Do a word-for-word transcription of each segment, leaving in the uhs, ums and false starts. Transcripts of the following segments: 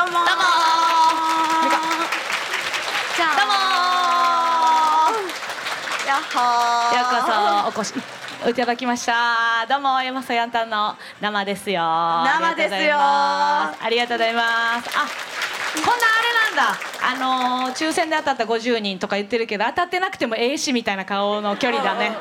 どうもどうもじゃあどうもやっほーようこそお越しいただきました。どうも山里ヤンタンの生ですよ。 生ですよありがとうございます。あ、こんなあれなんだ、あのー、抽選で当たったごじゅうにんとか言ってるけど当たってなくてもええしみたいな顔の距離だね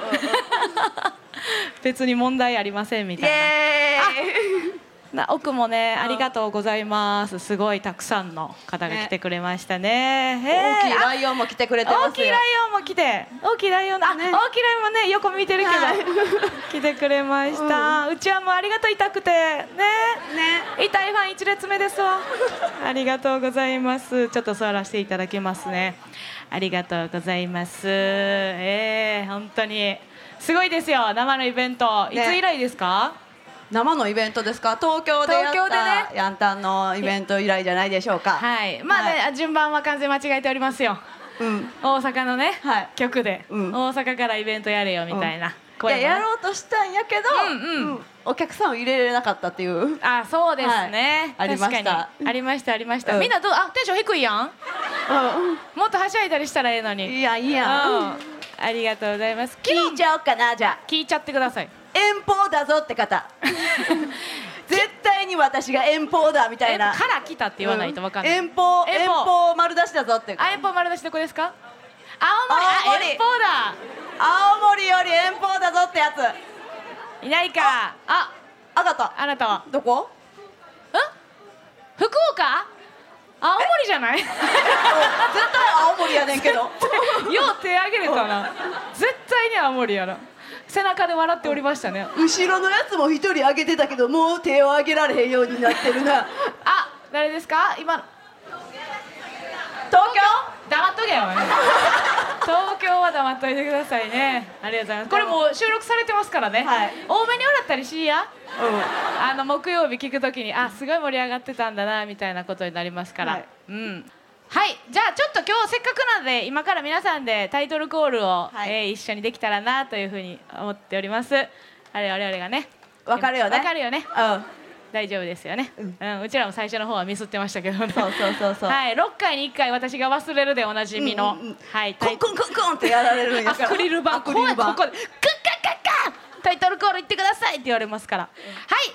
別に問題ありませんみたいな。 イエーイな奥もね、ありがとうございます。すごいたくさんの方が来てくれましたね。 大きいライオンも来てくれてますよ。 大きいライオンも来て、大きいライオン、あ、 ね、 大きいライオンもね、横見てるけど、はい、来てくれました、うん、うちはもうありがとう、痛くてね、ね、痛いファン一列目ですわありがとうございます。ちょっと座らせていただきますね。ありがとうございます。えー、本当にすごいですよ、生のイベント、いつ以来ですか？ね、 生のイベントですか？東京でやったヤンタンのイベント以来じゃないでしょうか。 はい、まあね、はい、順番は完全間違えておりますよ、うん、大阪のね、はい、局で、うん、大阪からイベントやれよみたいな、 うん、いややろうとしたんやけど、うんうんうん、お客さんを入れれなかったっていう。 あ、そうですね、はい、ありました、ありましたありました、うん、みんなどう、あ、テンション低いやん、うん、もっとはしゃいだりしたらええのに。 いやいや、うん、 ありがとうございます。 聞いちゃおうかな。じゃあ聞いちゃってください。 遠方だぞって方絶対に私が遠方だみたいなから来たって言わないと分かんない、 うん、遠方遠方丸出しだぞって。 あ、遠方丸出しどこですか？青森。青森、あ、遠方だ、青森より遠方だぞってやついないか。あ、 あがた、 あなたはどこ？ ん？福岡？青森じゃない絶対青森やねんけどよう手挙げれたな絶対に青森やな。背中で笑っておりましたね。 後ろのやつも一人上げてたけどもう手を上げられへんようになってるなあ、誰ですか今の？ 東京？ 黙っとけよ東京は黙っといてくださいね。ありがとうございます。これもう収録されてますからね、はい、多めに笑ったりしいや、うん、あの木曜日聞くときにあ、すごい盛り上がってたんだなみたいなことになりますから、はい、うん、はい、じゃあちょっと今日せっかくなので今から皆さんでタイトルコールを、はい、えー、一緒にできたらなというふうに思っております。あれ我々がね、 わかるよね、 わかるよね、 うん、 大丈夫ですよね、うんうん、うちらも最初の方はミスってましたけどね。 そうそうそうそう、 はい、ろっかいにいっかい私が忘れるでおなじみの、うんうんうん、はい、 コンコンコンコンってやられるんやから、 アクリル板、ここでクッカッカッカタイトルコール言ってくださいって言われますから、うん、はい、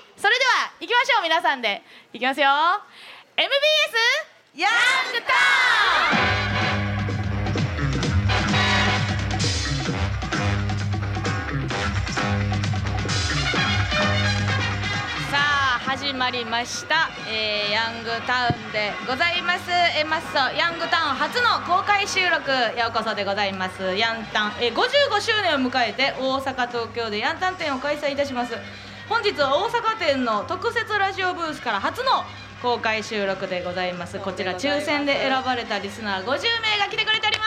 それでは行きましょう。皆さんで行きますよ。 エムビーエス ヤングタウン。始まりました、えー、ヤングタウンでございます。えマッソヤングタウン初の公開収録ようこそでございます。ヤンタン、えー、ごじゅうごしゅうねんを迎えて大阪東京でヤンタン展を開催いたします。本日は大阪店の特設ラジオブースから初の公開収録でございます。こちら抽選で選ばれたリスナーごじゅうめいが来てくれております。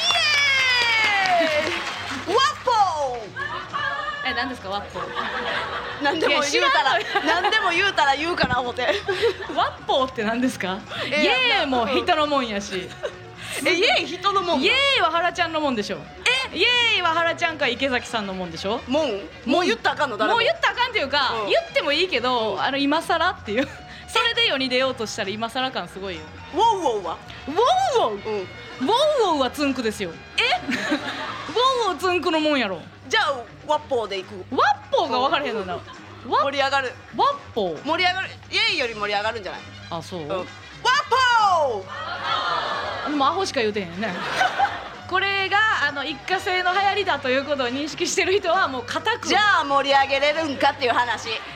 イエーイワッポー。え、何ですかワッポー？ 何でも言うたら何でも言うたら言うかな思ってワッポーって何ですか？イエーイも人のもんやしえ、イエーイ人のもん？ イエーイは原ちゃんのもんでしょ。え、イエーイは原ちゃんか池崎さんのもんでしょ。 もんもう言ったらあかんの？誰ももう言ったらあかんっていうか、うん、言ってもいいけど、うん、あの今更っていうそれで世に出ようとしたら今更感すごいよ。 ウォウウォウはウォウウォウ、うん、ウォウウォウはつんくですよ。えウォウウォウつんくのもんやろ。 じゃあワッポーでいく。 ワッポーが分からへんのな。 盛り上がる。 ワッポー盛り上がる。イエイより盛り上がるんじゃない？ あ、そう、うん、 ワッポーでもアホしか言うてへんねこれがあの一過性の流行りだということを認識してる人はもう固く、 じゃあ盛り上げれるんかっていう話。イヤッ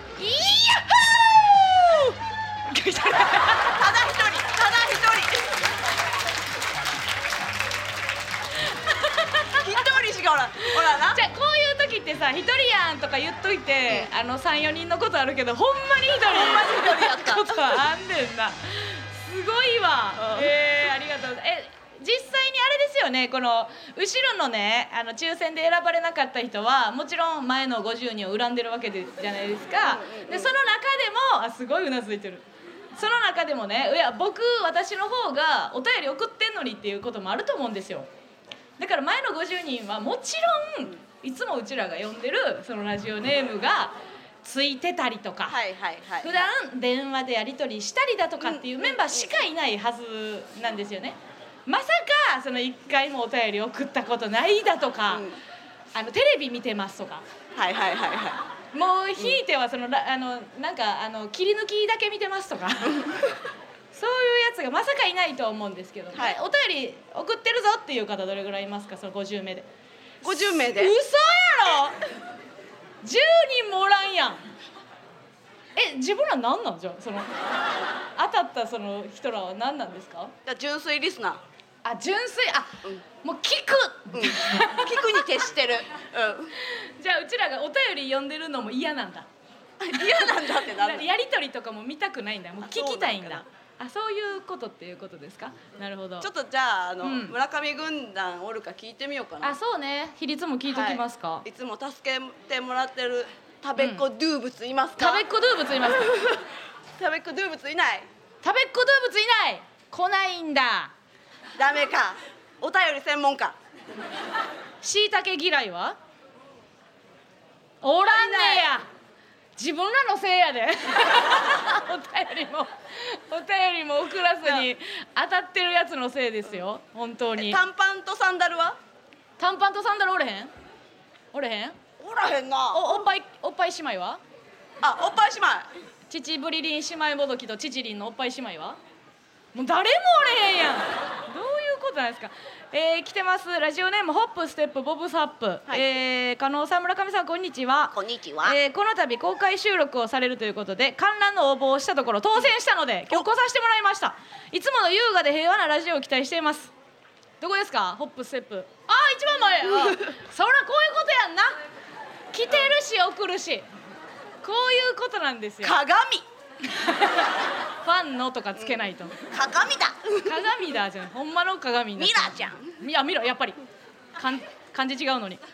ホーただ一人ただ一人一人しかおらん。ほらな、 じゃあこういう時ってさ、一人やんとか言っといて、うん、あのさん、よにんのことあるけどほんまに一人ほんまに一人やったことはあんねんな。すごいわ、うん、えー、ありがとう。え、実際にあれですよね、この後ろのね、あの抽選で選ばれなかった人はもちろん前のごじゅうにんを恨んでるわけでじゃないですか。でその中でも、あ、すごいうなずいてる。その中でもね、いや僕私の方がお便り送ってんのにっていうこともあると思うんですよ。だから前のごじゅうにんはもちろんいつもうちらが呼んでるそのラジオネームがついてたりとか、 はいはいはい、 普段電話でやり取りしたりだとかっていうメンバーしかいないはずなんですよね。まさかそのいっかいもお便り送ったことないだとか、うん、あのテレビ見てますとか、 はいはいはいはい、 もうひいてはその、うん、あのなんかあの切り抜きだけ見てますとかそういうやつがまさかいないと思うんですけど、はい、お便り送ってるぞっていう方どれぐらいいますか？そのごじゅうめいで。 ごじゅうめいで。 嘘やろじゅうにんもおらんやん。え、自分ら何なんじゃその当たったその人らは何なんですか？ 純粋リスナー。 あ、純粋、あ、うん、もう聞く、 うん、聞くに徹してる、 うん、じゃあうちらがお便り読んでるのも嫌なんだ嫌なんだってなんだやり取りとかも見たくないんだ、もう聞きたいんだ。あ、そういうことっていうことですか？なるほど。 ちょっとじゃあ、あの、うん、村上軍団おるか聞いてみようかな。 あ、そうね、比率も聞いときますか。 はい、いつも助けてもらってる食べっ子ドゥーブツいますか？ 食べっ子ドゥーブツいますか？ 食べっ子ドゥーブツいない。 食べっ子ドゥーブツいない。来ないんだ。 ダメか。お便り専門家。 しいたけ嫌いはおらんねや。自分らのせいやでお便りもお便りも送らずに当たってるやつのせいですよ、本当に。 短パンとサンダルは？ 短パンとサンダルおれへん？おれへん？ おらへんな。 お、おっぱい、おっぱい姉妹は？ あ、おっぱい姉妹。 父ブリリン姉妹もどきとチチリンのおっぱい姉妹は？もう誰もおれへんやん。どういうことなんですか？えー、来てます。ラジオネームホップステップボブサップ、はい、えー、加納さん、村上さん、こんにちは。 こんにちは。 えー、この度公開収録をされるということで観覧の応募をしたところ当選したので今日来させてもらいました。いつもの優雅で平和なラジオを期待しています。どこですか？ホップステップ。あー、一番前。あそらこういうことやんな。来てるし送るし、こういうことなんですよ。 鏡ファンのとかつけないと、うん、 鏡だ鏡だじゃん、ほんまの鏡だ。 ミラーじゃん。 いや、ミラーやっぱりかん漢字違うのに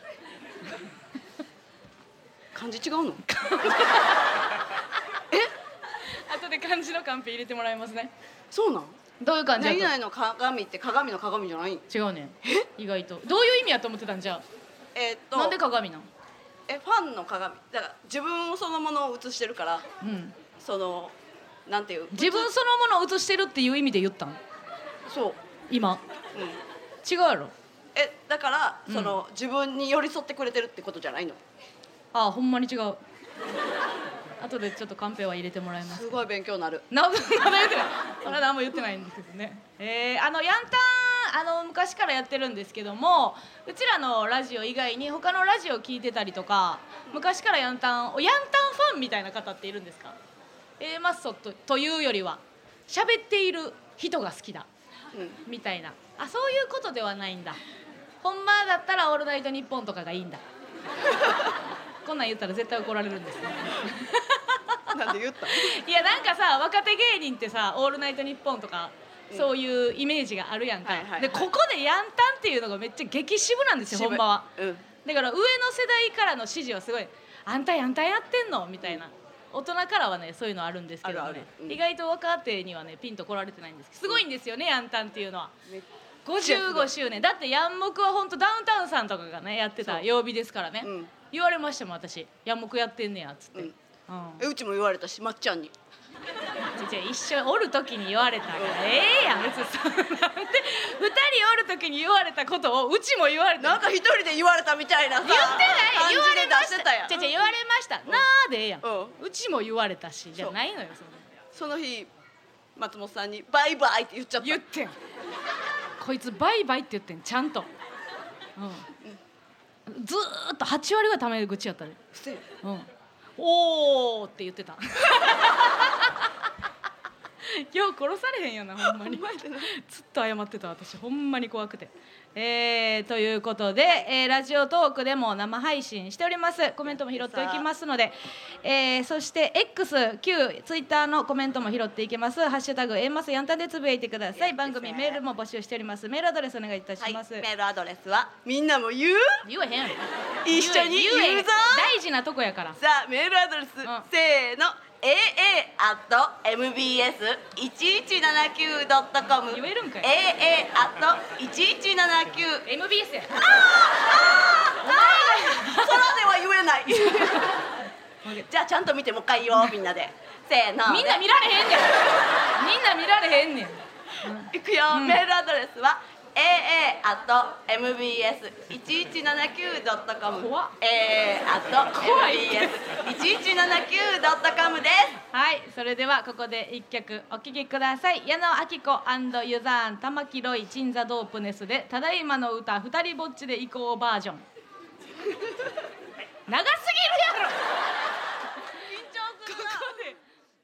漢字違うのえ後で漢字のカンペ入れてもらいますね。 そうなん？ どういう感じ？ 何々の鏡って鏡の鏡じゃない？ 違うねん。意外とどういう意味やと思ってたんじゃ。 えー、っとなんで鏡なん？ え、ファンの鏡だから自分そのものを映してるから、うん、そのなんていう、 自分そのものを映してるっていう意味で言ったん？ そう今、うん、違うやろ。 え、だから、うん、その自分に寄り添ってくれてるってことじゃないの？ ああ、ほんまに違う。後でちょっとカンペは入れてもらいます。 すごい勉強になる。 な、まだ言ってない。まだ何も言ってないんですけどね。えー、あのヤンタン、あの昔からやってるんですけども、うちらのラジオ以外に他のラジオ聞いてたりとか、昔からヤンタン、ヤンタンファンみたいな方っているんですか？A マッソと、というよりは喋っている人が好きだ、うん、みたいな。あ、そういうことではないんだ。ほんまだったらオールナイトニッポンとかがいいんだこんなん言ったら絶対怒られるんですねなんで言った？ いや、なんかさ、若手芸人ってさ、オールナイトニッポンとか、うん、そういうイメージがあるやんか、はいはいはい、でここでヤンタンっていうのがめっちゃ激渋なんですよ、ほんまは、うん、だから上の世代からの支持はすごい、あんたヤンタンやってんのみたいな、大人からはねそういうのあるんですけどね、あるある、うん、意外と若手にはねピンと来られてないんですけど、すごいんですよね、ヤンタンっていうのは。ごじゅうごしゅうねんだって、ヤンモクは本当ダウンタウンさんとかがねやってた曜日ですからね、うん、言われましたもん、私ヤンモクやってんねやっつって、うんうん、うちも言われたし、まっちゃんにじゃ一緒におる時に言われたから、うん、ええやん別にそんなんでふたりおる時に言われたことをうちも言われた、 なんか一人で言われたみたいなさ、 言ってない、言われましたやん、 じゃじゃ言われました、うん、なーでええやん、うん、うちも言われたしじゃないのよ。 その日松本さんにバイバイって言っちゃった。 言ってんこいつバイバイって言ってんちゃんと、うんうん、ずーっとはちわりはタメ口やったで、うん、おーって言ってたよう殺されへんよな、ほんまにずっと謝ってた私、ほんまに怖くて。えー、ということで、えー、ラジオトークでも生配信しております。コメントも拾っておきますので、えー、そして X、旧 Twitter のコメントも拾っていきます。ハッシュタグエンマスヤンタンでつぶやいてください。番組メールも募集しております。メールアドレスお願いいたします。 はい、メールアドレスはみんなも言う？ 言えへん。 一緒に言うぞ。 大事なとこやから。 さあメールアドレス、うん、せーの。エーエー アット エムビーエス いちいちななきゅう ドットコム言えるんかい。 エーエー アット いちいちななきゅうエムビーエス や。あーあーあー空では言えないじゃあちゃんと見てもう一回言おうみんなでせーのみんな見られへんねんみんな見られへんねん、 いくよ、うん、メールアドレスは エーエー アット エムビーエス いちいちななきゅう ドットコム エーエー アット エムビーエス いちいちななきゅう ドットコム です。 はい、それではここで一曲お聴きください。矢野顕子&ユザーン玉木ロイ鎮座ドープネスでただいまの歌二人ぼっちで行こうバージョン長すぎるやろ緊張するな。 ここで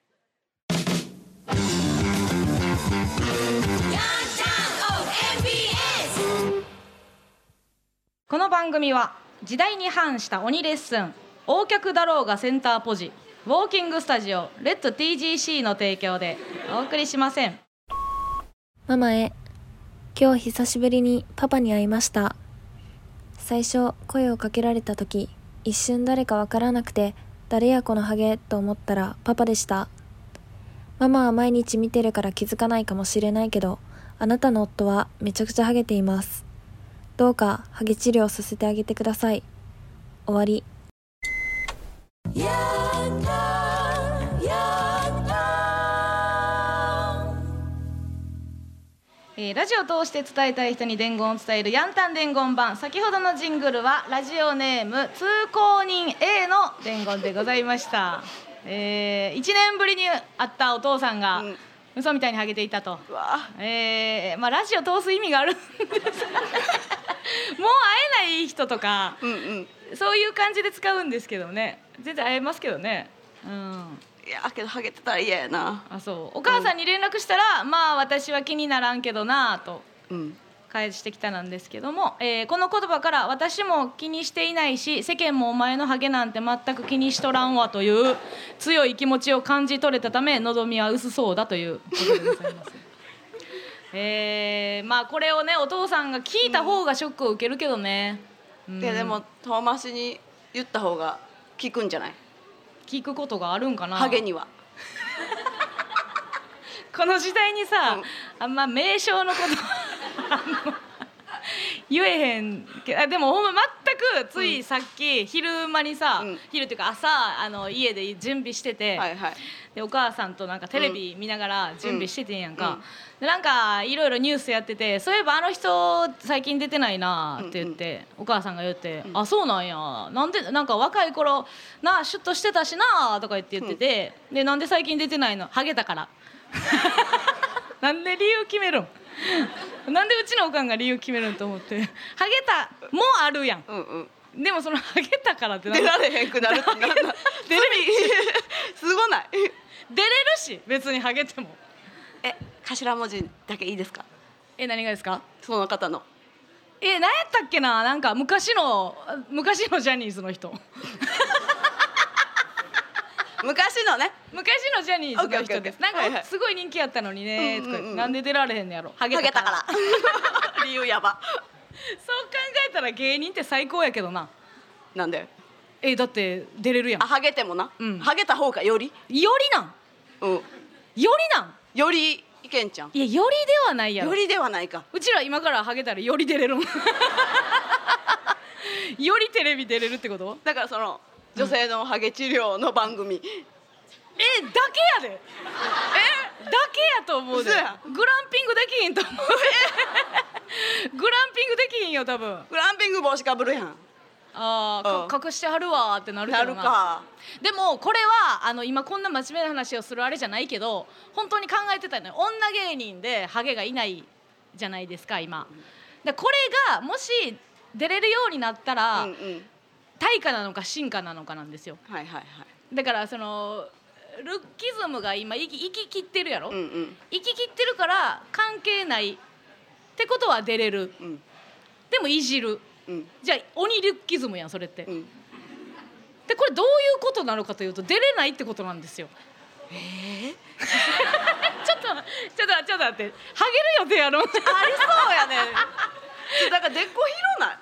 この番組は時代に反した鬼レッスン王客だろうがセンターポジウォーキングスタジオレッド ティージーシー の提供でお送りしません。 ママへ、今日久しぶりにパパに会いました。最初声をかけられた時、一瞬誰かわからなくて誰やこのハゲと思ったらパパでした。ママは毎日見てるから気づかないかもしれないけど、あなたの夫はめちゃくちゃハゲています。どうかハゲ治療させてあげてください。終わり。 えー、ラジオを通して伝えたい人に伝言を伝えるヤンタン伝言版。先ほどのジングルはラジオネーム通行人 A の伝言でございました。えー、いちねんぶりに会ったお父さんが、うん、嘘みたいにハゲていたと。 うわ、 えーまあ、ラジオ通す意味があるんですもう会えない人とか、うんうん、そういう感じで使うんですけどね。全然会えますけどね、うん、 いやけどハゲてたら嫌やな。 あ、そうお母さんに連絡したら、うん、まあ私は気にならんけどなと返してきたなんですけども、えー、この言葉から私も気にしていないし世間もお前のハゲなんて全く気にしとらんわという強い気持ちを感じ取れたため望みは薄そうだということでございますえー、まあこれをねお父さんが聞いた方がショックを受けるけどね、 うんうん、で, でも遠回しに言った方が聞くんじゃない？ 聞くことがあるんかな、 ハゲにはこの時代にさ、うん、あんま名称のこと言えへんけど、でもほんま全くついさっき、うん、昼間にさ、うん、昼っていうか朝あの家で準備してて、はいはい、でお母さんとなんかテレビ見ながら準備しててんやんか、うん、でなんかいろいろニュースやってて、そういえばあの人最近出てないなって言って、うんうん、お母さんが言って、うん、あそうなんや、なんでなんか若い頃なシュッとしてたしなとか言って言ってて、うん、でなんで最近出てないの？ハゲたからなんで理由決めるんなんでうちのおかんが理由決めるんと思って、ハゲたもあるやん、うんうん、でもそのハゲたからって出られへんくなるってなんだ出れすごない出れるし別にハゲても。 え頭文字だけいいですか？ え何がですか？ その方のえ何やったっけな、なんか昔の昔のジャニーズの人昔のね昔のジャニーズの人です。なんかすごい人気やったのにねとか、うんうんうん、なんで出られへんのやろ、ハゲたからハゲたから理由やばそう考えたら芸人って最高やけどな。 なんで？ えだって出れるやん。 あハゲてもな、うん、ハゲた方がよりよりなん、うん、よりなんよりいけんちゃん。 いやよりではないやろ。 よりではないか。 うちら今からハゲたらより出れるもんよりテレビ出れるってこと？ だからその女性のハゲ治療の番組、うん、えだけやでえだけやと思うで。グランピングできひんと思うグランピングできひんよ多分。 グランピング帽子かぶるやん。 あー、うん、隠してはるわってなるけどな。 なるか。 でもこれはあの今こんな真面目な話をするあれじゃないけど本当に考えてたのよ。女芸人でハゲがいないじゃないですか今。でこれがもし出れるようになったら、うんうん、対価なのか進化なのかなんですよ。はいはいはい。だからそのルッキズムが今生き、生き切ってるやろ、うんうん、生き切ってるから関係ないってことは出れる、うん、でもいじる、うん、じゃあ鬼ルッキズムやんそれって、うん、でこれどういうことなのかというと出れないってことなんですよ。えー、ちょっとちょっとちょっと待って、ハゲる予定やろありそうやねだからでっこ広ない。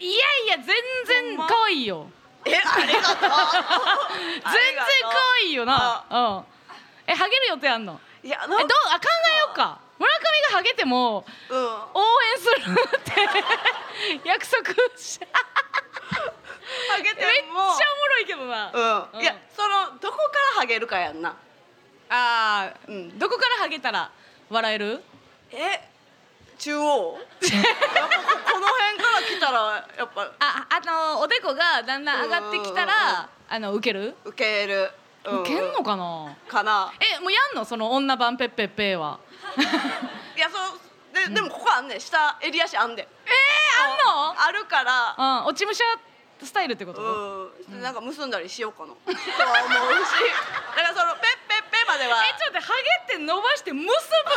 いやいや全然可愛いよ。 えありがとう全然可愛いよな。うん。えハゲる予定あんの？ いやえどうあ考えようか。村上がハゲても、うん、応援するって約束しハゲてめっちゃおももろいけどな。 うん、 うんいやそのどこからハゲるかやんな。 あー、 うんどこからハゲたら笑える？ え中央やっぱこの辺から来たらやっぱあ、あのおでこがだんだん上がってきたらあの受ける？ ウケる、うんうん、 受けんのかな？ かな。 え、もうやんのその女版ペッペッペーは？ いやそうで、でもここあんねん、下襟足あんでん。 えー、あんの？ あるからうん、落ち武者スタイルってこと？ うん、なんか結んだりしようかなとは思うし、だからそのペッペッペまではえ、ちょっと待って、ハゲって伸ばして結ぶん？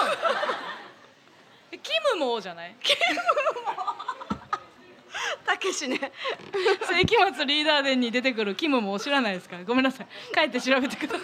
え、キムモーじゃない？ たけしね。 世紀末リーダー伝に出てくるキムモー知らないですか？ごめんなさい、帰って調べてください。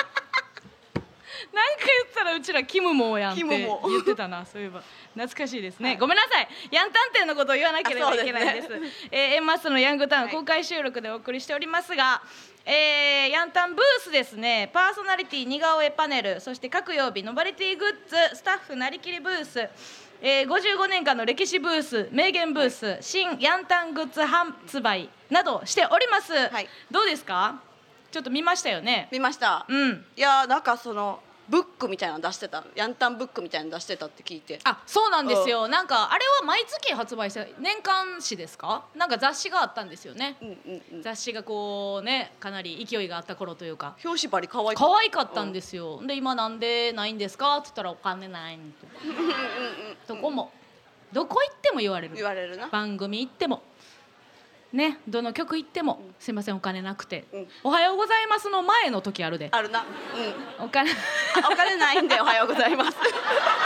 なんか言ったらうちらキムモーやんってキムモー言ってたな。そういえば懐かしいですね、はい、ごめんなさい、ヤン探偵のことを言わなければいけないんです。です、ね、えー、エンマスのヤングタウン公開収録でお送りしておりますが、はい、えー、ヤンタンブースですね。パーソナリティ似顔絵パネル、そして各曜日ノバリティグッズ、スタッフなりきりブース、えー、ごじゅうごねんかんの歴史ブース、名言ブース、はい、新ヤンタングッズ発売などしております、はい、どうですか？ちょっと見ましたよね。 見ました、うん、いやなんかそのブックみたいなの出してた、ヤンタンブックみたいなの出してたって聞いて。 あ、そうなんですよ、うん、なんかあれは毎月発売して年間誌ですか？なんか雑誌があったんですよね、うんうんうん、雑誌がこうね、かなり勢いがあった頃というか、 表紙張り可愛かった可愛かったんですよ、うん、で今なんでないんですかって言ったらお金ないんとどこもどこ行っても言われる、 言われるな。 番組行ってもね、どの曲行っても、うん、すいませんお金なくて、うん、おはようございますの前の時あるで。 あるな、うん、お金お金ないんでおはようございます。どういう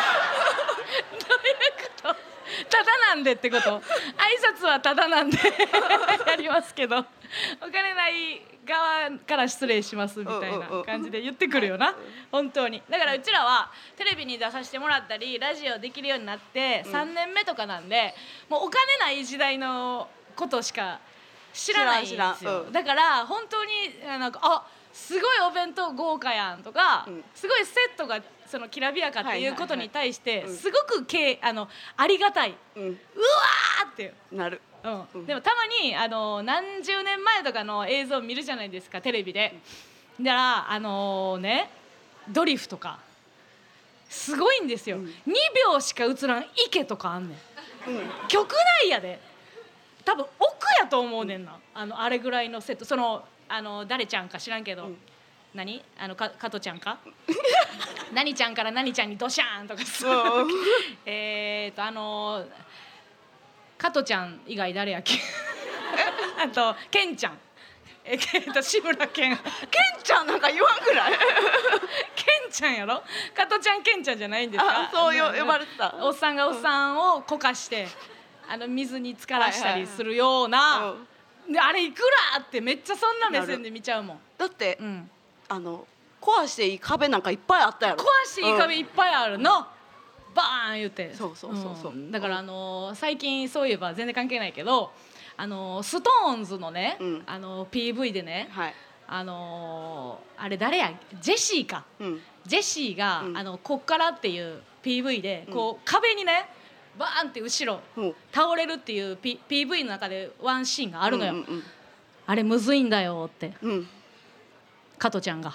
こと？ただなんでってこと？挨拶はただなんでやりますけど、お金ない側から失礼しますみたいな感じで言ってくるよな、本当に。だからうちらはテレビに出させてもらったりラジオできるようになってさんねんめとかなんで、もうお金ない時代のことしか知らないんですよ、うん、だから本当になんかあすごいお弁当豪華やんとか、うん、すごいセットがそのきらびやかっていうことに対してすごくけあのありがたい、うん、うわーってなる、 うんうん、でもたまにあの何十年前とかの映像を見るじゃないですかテレビで、うん、だからあのー、ねドリフとかすごいんですよ、うん、にびょうしか映らん池とかあんねん、うん、局内やで多分奥やと思うねんな、あのあれぐらいのセット、そのあの誰ちゃんか知らんけど、うん、何あのか加トちゃんか何ちゃんから何ちゃんにドシャーンとかするえっとあの加トちゃん以外誰やっけあとケンちゃんえっと志村けんケンちゃんなんか言わんぐらいケンちゃんやろ、加トちゃんケンちゃんじゃないんですか？ そうよ呼ばれてた、 おっさんがおっさんをこかしてあの水に浸からしたりするような、はいはいはい、であれいくらってめっちゃそんな目線で見ちゃうもん。 だって、うん、あの壊していい壁なんかいっぱいあったやろ。 壊していい壁いっぱいあるの、うん、バーン言って。 そうそうそうそう、 うん、だから、あのー、最近そういえば全然関係ないけど、あのー、ストーンズのね、うん、あのー、ピーブイ でね、はい、あのー、あれ誰やジェシーか、うん、ジェシーが、うん、あのこっからっていう ピーブイ でこう、うん、壁にねバーンって後ろ、うん、倒れるっていう、P、ピーブイ の中でワンシーンがあるのよ、うんうんうん、あれむずいんだよって、うん、加トちゃんが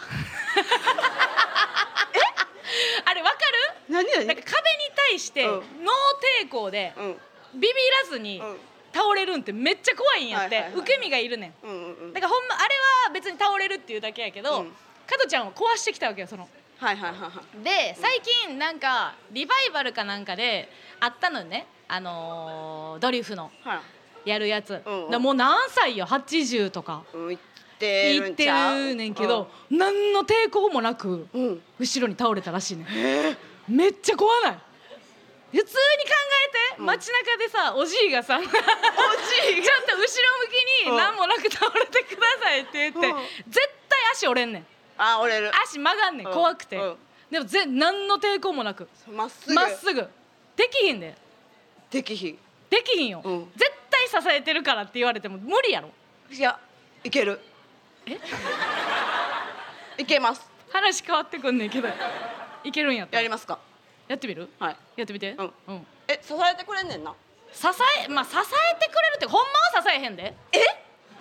えあれわかる？ 何何？ なんか壁に対してノー抵抗で、うん、ビビらずに倒れるんってめっちゃ怖いんやって、はいはいはい、受け身がいるねん、うんうんうん、だからほんまあれは別に倒れるっていうだけやけど、うん、加トちゃんを壊してきたわけよそのはいはいはいはい、 で最近なんかリバイバルかなんかであったのね、あのー、ドリフのやるやつ、はい、うんうん、もう何歳よはちじゅうとか、うん、いってるんちゃう？いってるねんけど、うん、何の抵抗もなく、うん、後ろに倒れたらしいね、んめっちゃ怖ない？普通に考えて、うん、街中でさおじいがさおじいちょっと後ろ向きに何もなく倒れてくださいって言って、うん、絶対足折れんねん。 あ折れる、 足曲がんねん、うん、怖くて、うん、でもぜ何の抵抗もなくまっすぐまっすぐできひんでできひんできひんよ、うん、絶対支えてるからって言われても無理やろ。 いやいけるえいけます。 話変わってくんねんけどいけるんやった。 やりますか？ やってみる？ はいやってみて、 うんうん、え支えてくれんねんな。 支えまあ支えてくれるってほんまは支えへんで。 え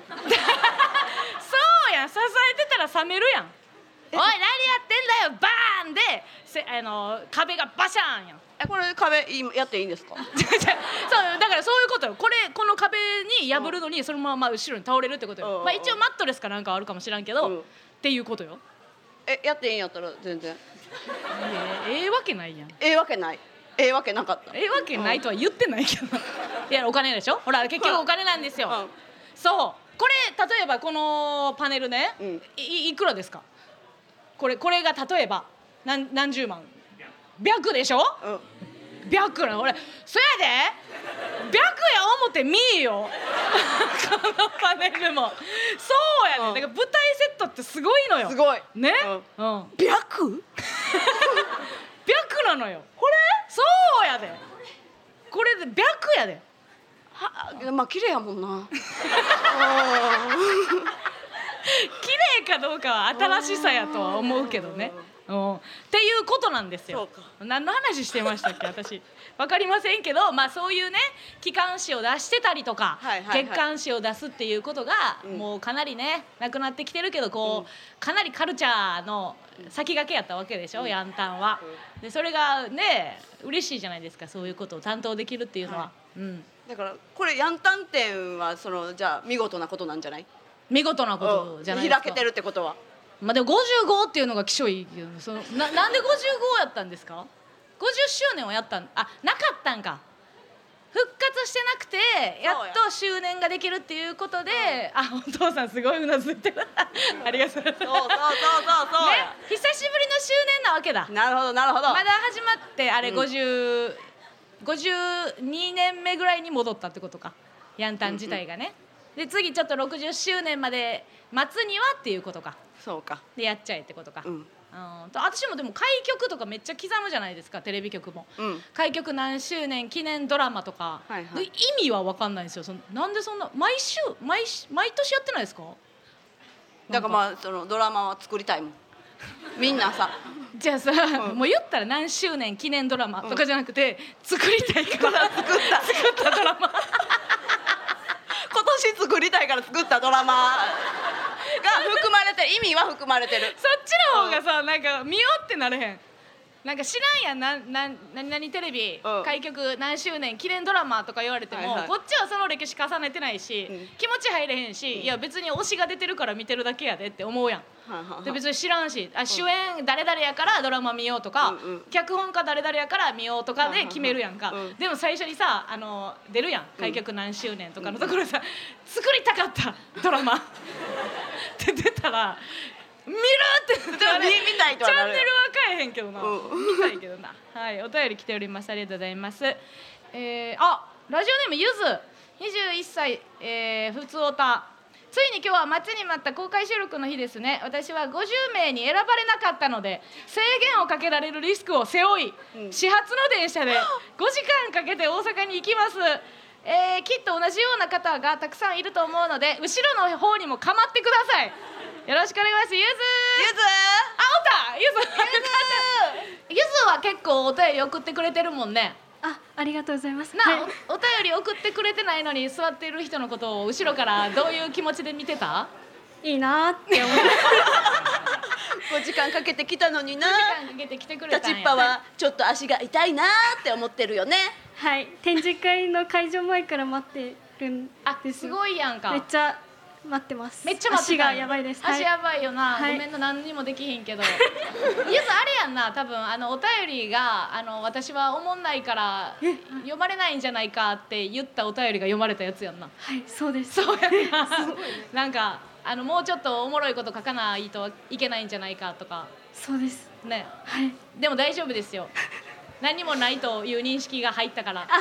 そうやん、支えてたら冷めるやん。おい何やってんだよバーンでせあの壁がバシャーンやん。 えこれ壁いいやっていいんですか？ そうだからそういうことよ。これこの壁に破るのにそのまま後ろに倒れるってことよ。 うんまあ一応マットレスかなんかあるかもしらんけど、 うん、 っていうことよ。 えやっていいんやったら全然いやええわけないやん。 ええわけないええわけなかったええわけないとは言ってないけどいやお金でしょ。ほら結局お金なんですよ、 うん、 そうこれ例えばこのパネルね、うん、い, いくらですか？これこれが例えば 何, 何十万百でしょ、うん、百な俺そやで百や思って見いよこのパネルもそうやね、うん、だから舞台セットってすごいのよ。 すごいね、 うん、 うん、百百なのよこれ。そうやでこれで百やではまあ綺麗やもんな綺麗かどうかは新しさやとは思うけどね、うん、っていうことなんですよ。何の話してましたっけ私分かりませんけど、まあそういうね機関誌を出してたりとか、はいはいはい、月刊誌を出すっていうことが、うん、もうかなりねなくなってきてるけどこう、うん、かなりカルチャーの先駆けやったわけでしょ、うん、ヤンタンは。でそれがね嬉しいじゃないですか、そういうことを担当できるっていうのは、はい、うん、 だからこれヤンタン展はそのじゃあ見事なことなんじゃない？ 見事なことじゃないですか。 開けてるってことはまあでもごじゅうごっていうのがきしょいけど、その な, なんでごじゅうごやったんですか？ごじゅっしゅうねんをやったんあなかったんか。復活してなくてやっと周年ができるっていうことで、あお父さんすごいうなずいてるありがとうございます。そうそうそうそうそう、ね、久しぶりの周年なわけだ。 なるほどなるほど。 まだ始まってあれごじゅう、ごじゅうにねんめぐらいに戻ったってことか、ヤンタン自体がね、うんうん、で次ちょっとろくじゅっしゅうねんまで待つにはっていうことか。 そうかでやっちゃえってことか、うん、うん、 と私もでも開局とかめっちゃ刻むじゃないですか、テレビ局も、うん、開局何周年記念ドラマとか、はいはい、意味は分かんないんですよ。そのなんでそんな毎週 毎, 毎年やってないですか？ だからまあそのドラマは作りたいもんみんなさじゃあさ、うん、もう言ったら何周年記念ドラマとかじゃなくて、うん、作りたいから作った作ったドラマ今年作りたいから作ったドラマが含まれてる、意味は含まれてる。 そっちの方がさ、なんか見ようってなれへん。なんか知らんやん、なな何々テレビ、うん、開局何周年記念ドラマとか言われても、はいはい、こっちはその歴史重ねてないし、うん、気持ち入れへんし、うん、いや別に推しが出てるから見てるだけやでって思うやん、うん、で別に知らんし、あ主演誰々やからドラマ見ようとか、うんうん、脚本家誰々やから見ようとかで決めるやんか、うん、でも最初にさあの出るやん、開局何周年とかのところさ、うん、作りたかったドラマって出たら見るって見たいとはなる。 チャンネルは変えへんけどな、うん、見たいけどな。はい、お便り来ております。ありがとうございます。えー、あラジオネームゆずにじゅういっさい、えー、ふつおた。ついに今日は待ちに待った公開収録の日ですね。私はごじゅうめいに選ばれなかったので制限をかけられるリスクを背負い、うん、始発の電車でごじかんかけて大阪に行きます。えー、きっと同じような方がたくさんいると思うので後ろの方にも構ってください。よろしくお願いします。ゆずゆずあ、おったゆずゆずは結構お便り送ってくれてるもんね。 あ、ありがとうございます。 な、はい、お, お便り送ってくれてないのに座っている人のことを後ろからどういう気持ちで見てた？ いいなって思うごじかんかけてきたのにな。 ごじかんかけて来てくれたんや。 立ちっぱはちょっと足が痛いなって思ってるよね。 はい、展示会の会場前から待ってるんです。 あ、すごいやんか。 めっちゃ待ってます。 めっちゃ待ってた。足がやばいです。 足やばいよな、はい、ごめんな、何にもできひんけどゆずあれやんな、多分あのお便りがあの私はおもんないから読まれないんじゃないかって言ったお便りが読まれたやつやんな。 はい、そうです。 そうやななんかあのもうちょっとおもろいこと書かないといけないんじゃないかとか。 そうですね、 はい、 でも大丈夫ですよ何もないという認識が入ったから。 あ,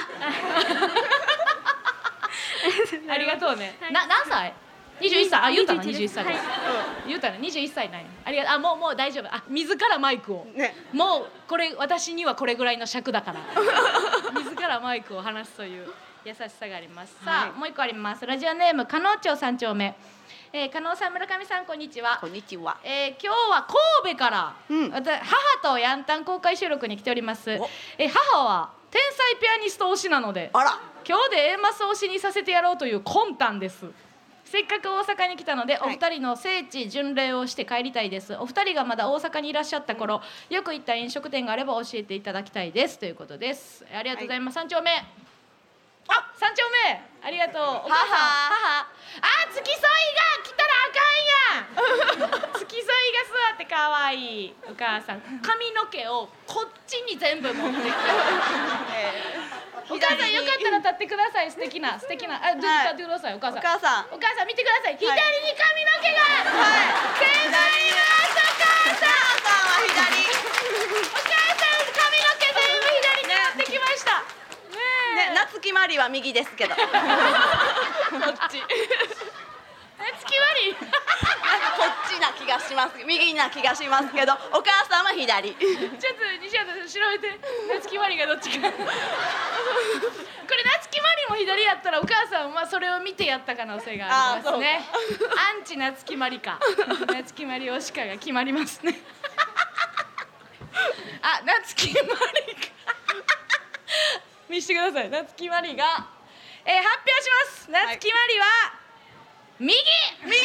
ありがとうね、はい、な何歳？にじゅういっさい。あ、言うたなにじゅういっさい、はい、言うたなにじゅういっさいなんや。ありがあもうもう大丈夫。あ自らマイクを、ね、もうこれ私にはこれぐらいの尺だから自らマイクを離すという優しさがあります。さあ、はい、もう一個あります。ラジオネーム加納町三丁目。えー、加納さん、村上さん、こんにちは。 こんにちは。 えー、今日は神戸から、うん、母とヤンタン公開収録に来ております。えー、母は天才ピアニスト推しなので、あら今日で A マス推しにさせてやろうという魂胆です。 せっかく大阪に来たので、 はいお二人の聖地巡礼をして帰りたいです。お二人がまだ大阪にいらっしゃった頃、よく行った飲食店があれば教えていただきたいですということです。ありがとうございます。はい、三丁目。あ、三丁目。ありがとう。お母さん。母。あ、付き添いが来たらあかんやん。付き添いが座って可愛いお母さん。髪の毛をこっちに全部持ってきて。お母さんよかったら立ってください。素敵な素敵な。あ、立ってくださいお母さん。 お母さん。 お母さん見てください。左に髪の毛が。はい。手がいますお母さん。 お母さんは左。 お母さん髪の毛全部左に持ってきました。 ね、夏木マリは右ですけど。こっち。 夏木マリ。 こっちな気がします。右な気がしますけど、お母さんは左。 ちょっと西畑さん調べて。夏木マリがどっちか。これ夏木マリも左やったらお母さんはそれを見てやった可能性がありますね。アンチ夏木マリか。夏木マリ推しかが決まりますね。あ、夏木マリか。見してください。夏木マリが、えー、発表します。夏木マリは、はい、右右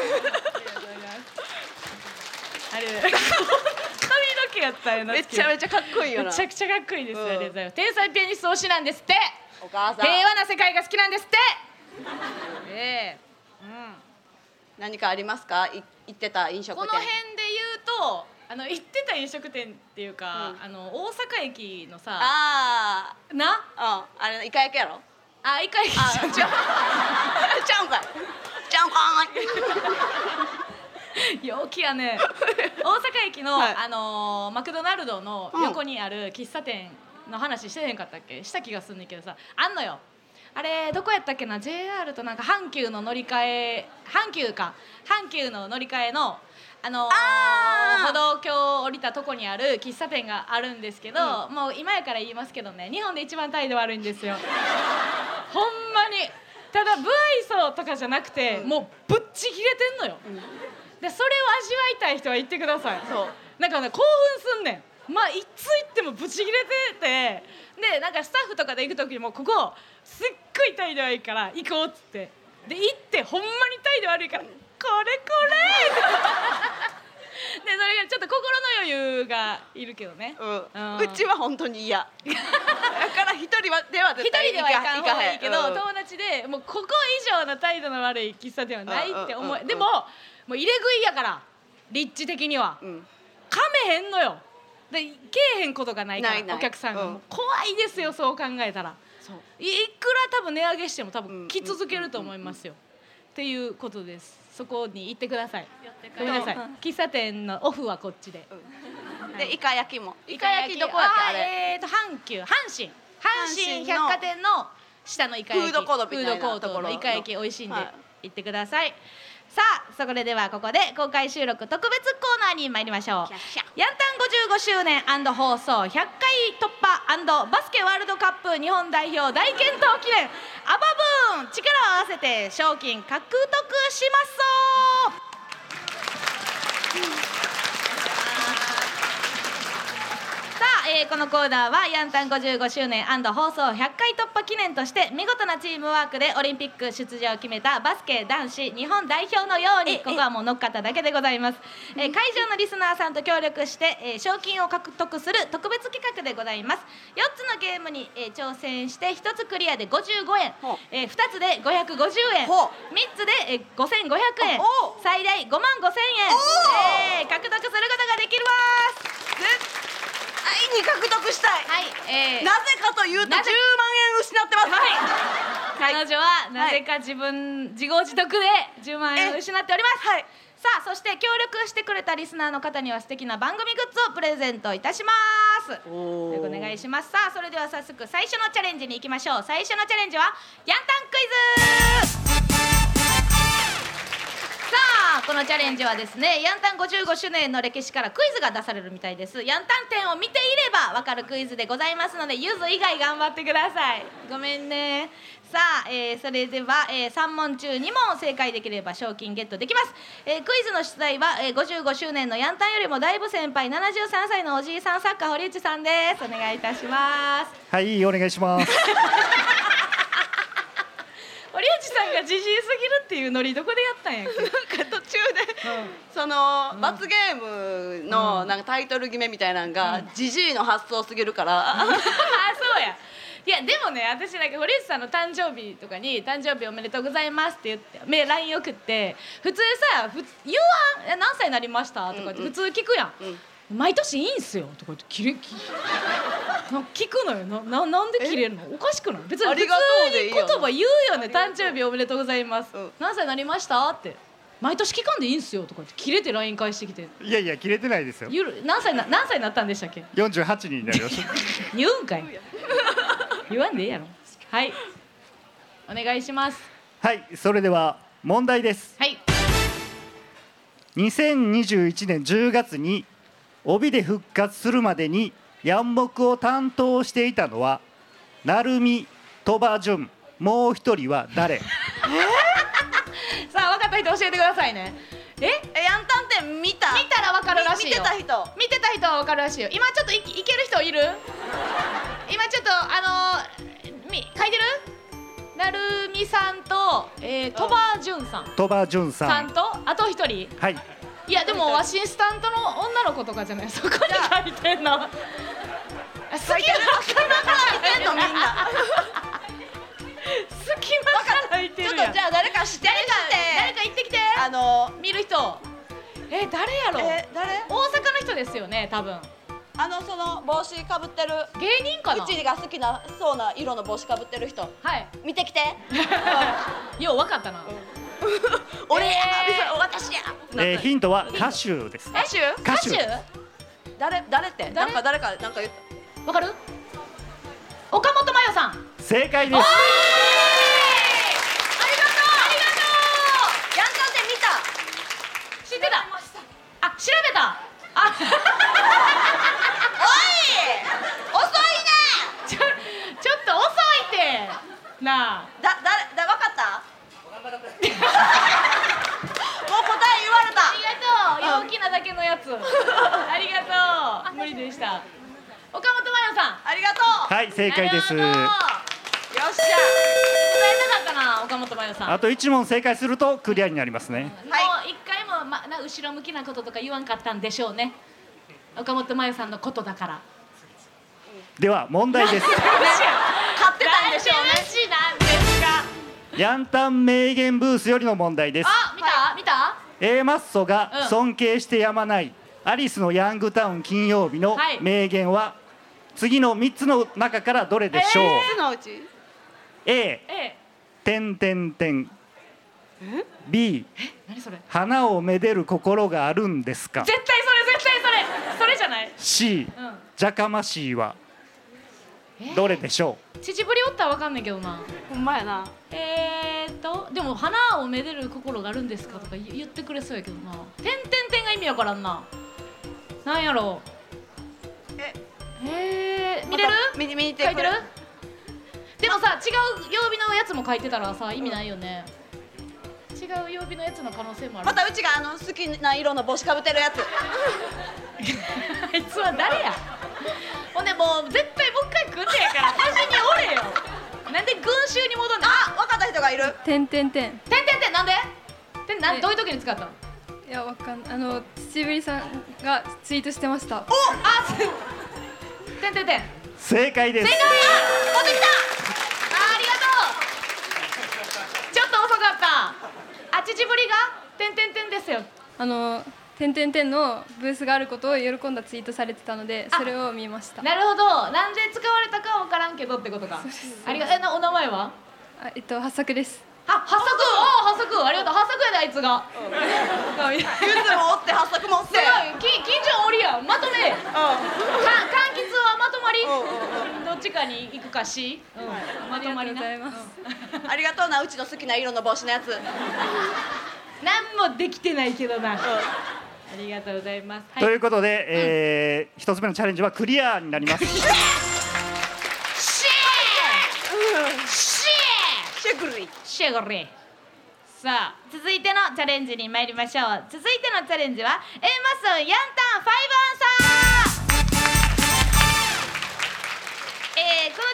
あれ髪の毛やったよ。 めちゃめちゃかっこいいよな。 めちゃくちゃかっこいいです、うん、ありがとうございます。天才ピアニスト推しなんですって。 お母さん平和な世界が好きなんですって。えーうん、 何かありますか？い行ってた飲食店。 この辺で言うとあの行ってた飲食店っていうか、うん、あの大阪駅のさあーな、うん、 あれイカ焼きやろ。 あ、イカ焼きあちゃうちゃうんかいちゃうんかい陽気やね。大阪駅の、はい、あのー、マクドナルドの横にある喫茶店の話してへんかったっけ？した気がすんねんけどさ、あんのよ。あれどこやったっけな、 ジェイアール となんか阪急の乗り換え、阪急か阪急の乗り換えのあのー、 あ歩道橋を降りたとこにある喫茶店があるんですけど、うん、もう今やから言いますけどね、日本で一番態度悪いんですよ。ほんまに。ただ不愛想とかじゃなくて、うん、もうぶっちぎれてんのよ、うん、でそれを味わいたい人は言ってください。そうなんかね、興奮すんねん。まあいつ行ってもぶち切れてて、でなんかスタッフとかで行く時にもここすっごい態度悪いから行こうっつって、で行ってほんまに態度悪いからこれこれでそれがちょっと心の余裕がいるけどね、 うんうん、うちは本当に嫌だから一人はでは絶対一人では行かん方がいいけど、 うん、 友達でもうここ以上の態度の悪い喫茶店はないって思う、 うん、 でももう入れ食いやから立地的には、うん、噛めへんのよ。でけえへんことがないから、ないないお客さんが、うん、怖いですよそう考えたら。そういくら多分値上げしても多分来続けると思いますよ、っていうことです。そこに行ってください。ごめんなさい、喫茶店のオフはこっちで、 うん、でイカ焼きもイカ焼きどこやっけあれ、 えーと阪急阪神阪神百貨店の下のイカ焼きフードコートみたいなフードコートのイカ焼き美味しいんで行ってください。さあそれではここで公開収録特別コーナーに参りましょう。ヤンタンごじゅうごしゅうねん&放送ひゃっかい突破&バスケワールドカップ日本代表大健闘記念アバブーン力を合わせて賞金獲得しますぞ。さあ、えー、このコーナーはヤンタンごじゅうごしゅうねん&放送ひゃっかい突破記念として見事なチームワークでオリンピック出場を決めたバスケ男子日本代表のようにここはもう乗っかっただけでございます。えー、会場のリスナーさんと協力して、えー、賞金を獲得する特別企画でございます。よっつのゲームに、えー、挑戦してひとつクリアでごじゅうごえん、えー、ふたつでごひゃくごじゅうえん、みっつで、えー、ごせんごひゃくえん、最大ごまんごせんえん、えー、獲得することができます。 絶対に獲得したい、 はいえー、 なぜかというとじゅうまんえん失ってます、 はい、彼女はなぜか自分、はい、自業自得でじゅうまんえんを失っております、はい、さあそして協力してくれたリスナーの方には素敵な番組グッズをプレゼントいたします。おお願いします。さあそれでは早速最初のチャレンジに行きましょう。最初のチャレンジはヤンタンクイズ。さあこのチャレンジはですねヤンタンごじゅうごしゅうねんの歴史からクイズが出されるみたいです。ヤンタン展を見ていればわかるクイズでございますのでゆず以外頑張ってください。ごめんね。さあ、えー、それでは、えー、さんもん中にもん正解できれば賞金ゲットできます。えー、クイズの出題は、えー、ごじゅうごしゅうねんのヤンタンよりもだいぶ先輩ななじゅうさんさいのおじいさん作家堀内さんです。お願いいたします。 はいお願いします。 堀内さんがジジイすぎるっていうノリどこでやったんやっけ。 なんか途中で、その罰ゲームのなんかタイトル決めみたいなのがジジイの発想すぎるから、 あ、そうや。いやでもね、私なんか堀内さんの誕生日とかに誕生日おめでとうございますって言ってめ ライン 送って、普通さふ言わんえ何歳になりましたとかって普通聞くやん、うんうん、毎年いいんすよとか言ってキレキ聞くのよ。 な, な, なんでキレるの？おかしくない？別に普通に言葉言うよね。誕生日おめでとうございます、うん、何歳になりましたって毎年聞かんでいいんすよとかってキレて ライン 返してきて、 いやいやキレてないですよ。 ゆる何歳な何歳になったんでしたっけ？ よんじゅうはちになりました言うんかい言わんでええやろ。はい、お願いします。 はい、それでは問題です。 はい。 にせんにじゅういちねんじゅうがつに帯で復活するまでにヤンモクを担当していたのは成海、鳥羽潤、もう一人は誰？えー、 さあ分かった人教えてくださいね。ええ、ヤンタン店見た？ 見たら分かるらしいよ。 見てた人見てた人は分かるらしいよ。今ちょっと い, いける人いる？今ちょっとあのー、み書いてる？成海さんと、えー、鳥羽潤さん鳥羽潤さんさんとあと一人。 はい。 いやでもアシスタントの女の子とかじゃない？そこに書いてんの。好きな書いてる見てんのみんな好きなから書いてるやん。 ちょっとじゃあ誰か知ってる誰か言ってきて。 あの見る人。え誰やろ？ え誰？ 大阪の人ですよね多分。 あのその帽子かぶってる芸人かな。 うちが好きなそうな色の帽子かぶってる人。 はい。 見てきて。 よう分かったな。 俺や、私や。 えー、ヒントは歌手です。 歌手？ 歌手？ 誰誰ってなんか誰かなんか言った。 わかる？岡本真代さん。 正解です。 ありがとう。ありがとう。ヤンタン店見た。 知ってた。あ、調べた。あ。 おい。遅いね。 ちょちょっと遅いって。なあ。 だ誰だ分かった？もう答え言われた。 ありがとう。陽気なだけのやつ。ありがとう。無理でした。岡本真代さん。 ありがとう。 はい、正解です。 よっしゃ。 答えなかったな、岡本真代さん。 あといち問正解するとクリアになりますね。 もう一回も、ま、な後ろ向きなこととか言わんかったんでしょうね。岡本真代さんのことだから。 では問題です。 勝ってたんでしょうね。 なんでなしなんですか。 ヤンタン名言ブースよりの問題です。 あ、見た、はい、見た A マッソが尊敬してやまない、うん、アリスのヤングタウン金曜日の名言は、はい、次のみっつの中からどれでしょう？ みっつのうち A、 A、 点点点 B、 え、何それ？ 花をめでる心があるんですか？ 絶対それ絶対それそれじゃない？ C、うん、じゃかましいはどれでしょう？ 乳ぶりおったらわかんないけどな。 ほんまやな。 えーっとでも花をめでる心があるんですかとか言ってくれそうやけどな。点点点が意味わからんな。なんやろう。ええー、見れる？ 見見に行って書いてる？でもさ、違う曜日のやつも書いてたらさ意味ないよね。違う曜日のやつの可能性もある。 またうちがあの好きな色の帽子かぶってるやつ。 あいつは誰や。ほんでもう絶対もう一回来んねやから端におれよ。なんで群衆に戻んねん。 あ、分かった人がいる。 てんてんてん。 てんてんてんなんで？てんなんどういう時に使ったの？ いやわかんあの土ぶりさんがツイートしてました。お、 あ、てんてんてん。 正解です。 正解。持ってきた。あ、ありがとう。ちょっと遅かった。あ、乳ぶりがてんてんてんですよ。 あのてんてんてんのブースがあることを喜んだツイートされてたのでそれを見ました。 なるほど。なんで使われたかは分からんけどってことか。ありがとう。え、なお名前は？ あ、えっと八作です。 は、八作。あ、八作。ありがとう。八作やであいつが。 ゆずもおって八作もおって。 すごい。き近所おりや。まとめ。か柑橘はまとまり。どっちかに行くかし。まとまりな。 ありがとうございます。 ありがとうな、うちの好きな色の帽子のやつ。 なんもできてないけどな。ありがとうございます。 ということで、えー、一つ目のチャレンジはクリアになります。 シェーシェーシェグリシェグリ。さあ続いてのチャレンジに参りましょう。続いてのチャレンジは A マッソヤンタンファイブアンサー。えー、このチャレンジは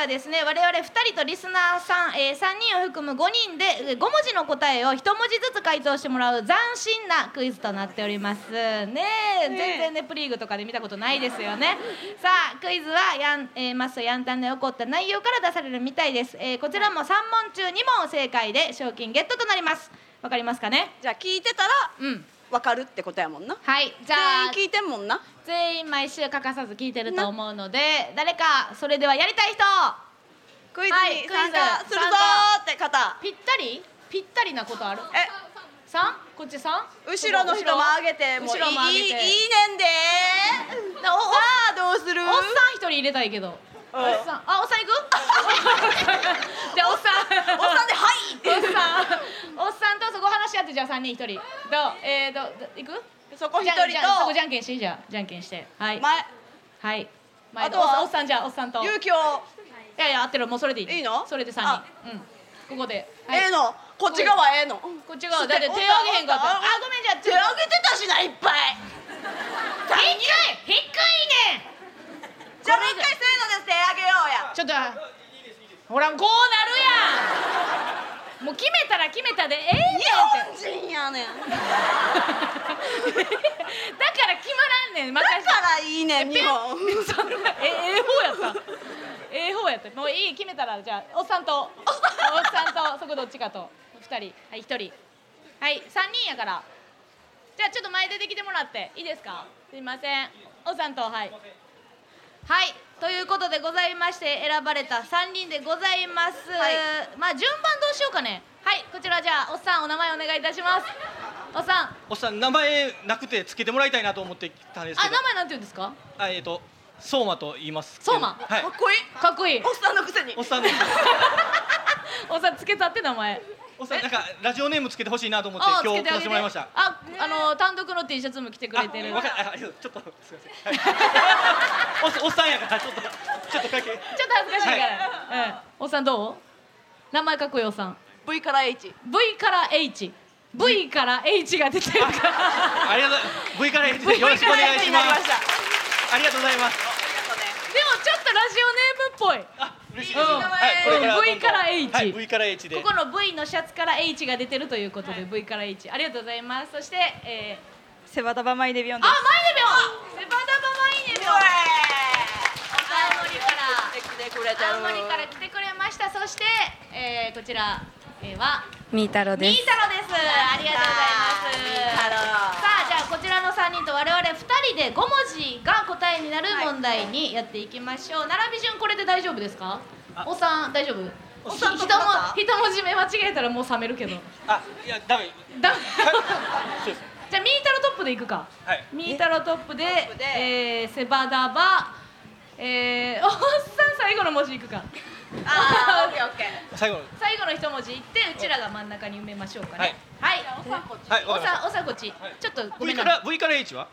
はですね、我々ふたりとリスナーさん、えー、さんにんを含むごにんでごもじの答えをいち文字ずつ回答してもらう斬新なクイズとなっておりますね。え全然ねプリーグとかで見たことないですよね。さあクイズはやん、えー、マスヤンタンで起こった内容から出されるみたいです、えー、こちらもさん問中に問正解で賞金ゲットとなります。わかりますかね。 じゃあ聞いてたらうんわかるってことやもんな。 はいじゃあ全員聞いてんもんな。 全員毎週欠かさず聞いてると思うので、誰かそれではやりたい人クイズはいに参加クイズするぞーって方。 ぴったりぴったりなことある。 えさんこっちさん後ろの人も上げてもう後ろも上げていいいいねんでー。さあどうする？ おっさん一人入れたいけど、おっさんあおっさん行くじゃあおっさんおっさんではいっておっさんおっさんとそこ話し合って、じゃあさんにんひとりどうえー、どど行くそこ一人じゃあじゃあそことじゃんけんして、じゃあじゃんけんしてはい前はい前あとはおっさんじゃあおっさんとい勇気をやいや合ってる、もうそれでいいいいのそれでさんにんうんここで、はいええのこっち側ええの。 こっち側だって手あげへんかった。あごめんじゃあ手上げてたしないっぱい。 低い低いねん。 じゃあもう一回せーので手あげようや。 ちょっとほらこうなるやん。もう決めたら決めたでええねんって日本人やねん。 だから決まらんねん。 だからいいねん日本。 そんなえええ方やったええ方やった。もういい決めたらじゃあおっさんとおっさんとそこどっちかとふたりはいひとりはいさんにんやから、じゃあちょっと前出てきてもらっていいですか。すいませんおっさんとはいはいということでございまして選ばれたさんにんでございます、 はい、 まあ順番どうしようかね。はいこちらじゃあおっさんお名前お願いいたします。おっさんおっさん名前なくてつけてもらいたいなと思ってきたんですけど、 あ名前なんて言うんですか。 あえっ、ー、と相馬と言いますけど。 相馬はいかっこいい。 かっこいいおっさんのくせに。 おっさんですおっさんつけたって名前おっさんなんかラジオネームつけてほしいなと思ってあ今日来させてもらいました。 ああの単独の T シャツも着てくれてる。 あわかあちょっとすみません、はいおっ、おっさんやからちょっとちょっとかけちょっと恥ずかしいから、うんおっさんどう名前かっこいいおっさん V から H。 V から H V から H が出てるからありがとう V から H でよろしくお願いします。ありがとうございます。 でもちょっとラジオネームっぽい。 あ嬉しいうんです。はいこれからどんどん V から H はい V から H でここの V のシャツから H が出てるということで、はい、V から H ありがとうございます。そして、えー、 セバダバマイデビョンあ、 です。 マイデビョンセバダバマイデビョン青森から来てくれてる。 青森から来てくれました。そして、えー、こちら、えー、はミータロです。 ミータロです。ありがとうございます。 ミータロさあじゃあこちらのさんにんと我々ふたりでご文字が答えになる問題にやっていきましょう。並び順これで大丈夫ですか。おっさん大丈夫。 おっさんひトップだった一文字目間違えたらもう冷めるけどあいやダメダメそうですじゃあミータロトップでいくか。 はいミータロトップでトップでえー、セバダバえー、おっさん最後の文字いくか。 あーオッケーオッケー。 最後の最後の一文字いってうちらが真ん中に埋めましょうかね。 はいはい、 おっさんこっち。 はいおわかりましたさおさこっち、ちょっとごめ V んなから V から H は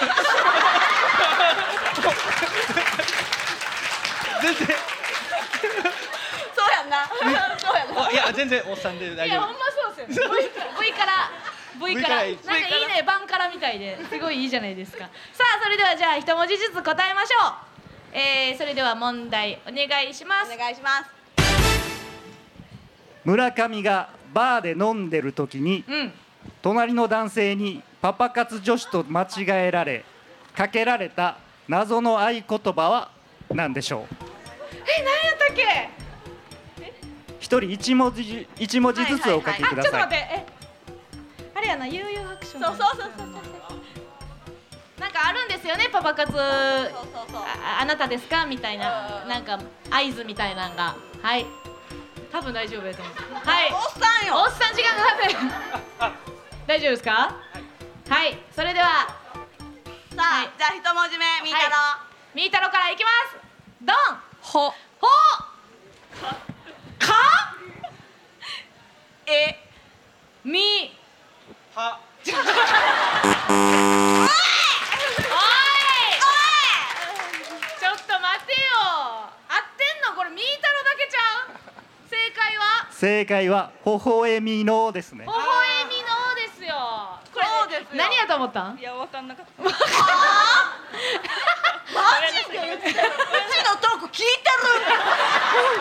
全然そうやんな。そうやんな。 あいや全然おっさんで大丈夫いやほんまそうですよね V から V から V からなんかいいねバンカラみたいですごいいいじゃないですか。さあそれではじゃあ一文字ずつ答えましょう。えー、それでは問題お願いしますお。願いします。 村上がバーで飲んでる時にうん隣の男性にパパ活女子と間違えられかけられた謎の合言葉は何でしょう。 え、何やったっけ。 一人一文字一文字ずつお書きあ、ちょっとください。 待ってえあれやな悠々白書そうそうそうそうそう。 なんかあるんですよねパパ活そうそうそう。 あ, あなたですかみたいなうんなんか合図みたいなのがはい多分大丈夫やと思う。はいおっさんよ。 おっさん時間かかってる大丈夫ですか。はい、それではさあ、 はいじゃあ一文字目みーたろはいみーたろからいきますドンほほかえみはおいちょっと待てよ合ってんのこれみーたろだけちゃう。正解は正解は微笑みのですね微。笑みのですよ。これそうですよ何やと思ったん。 いやわかんなかった。 マジでうちのトーク聞いてる。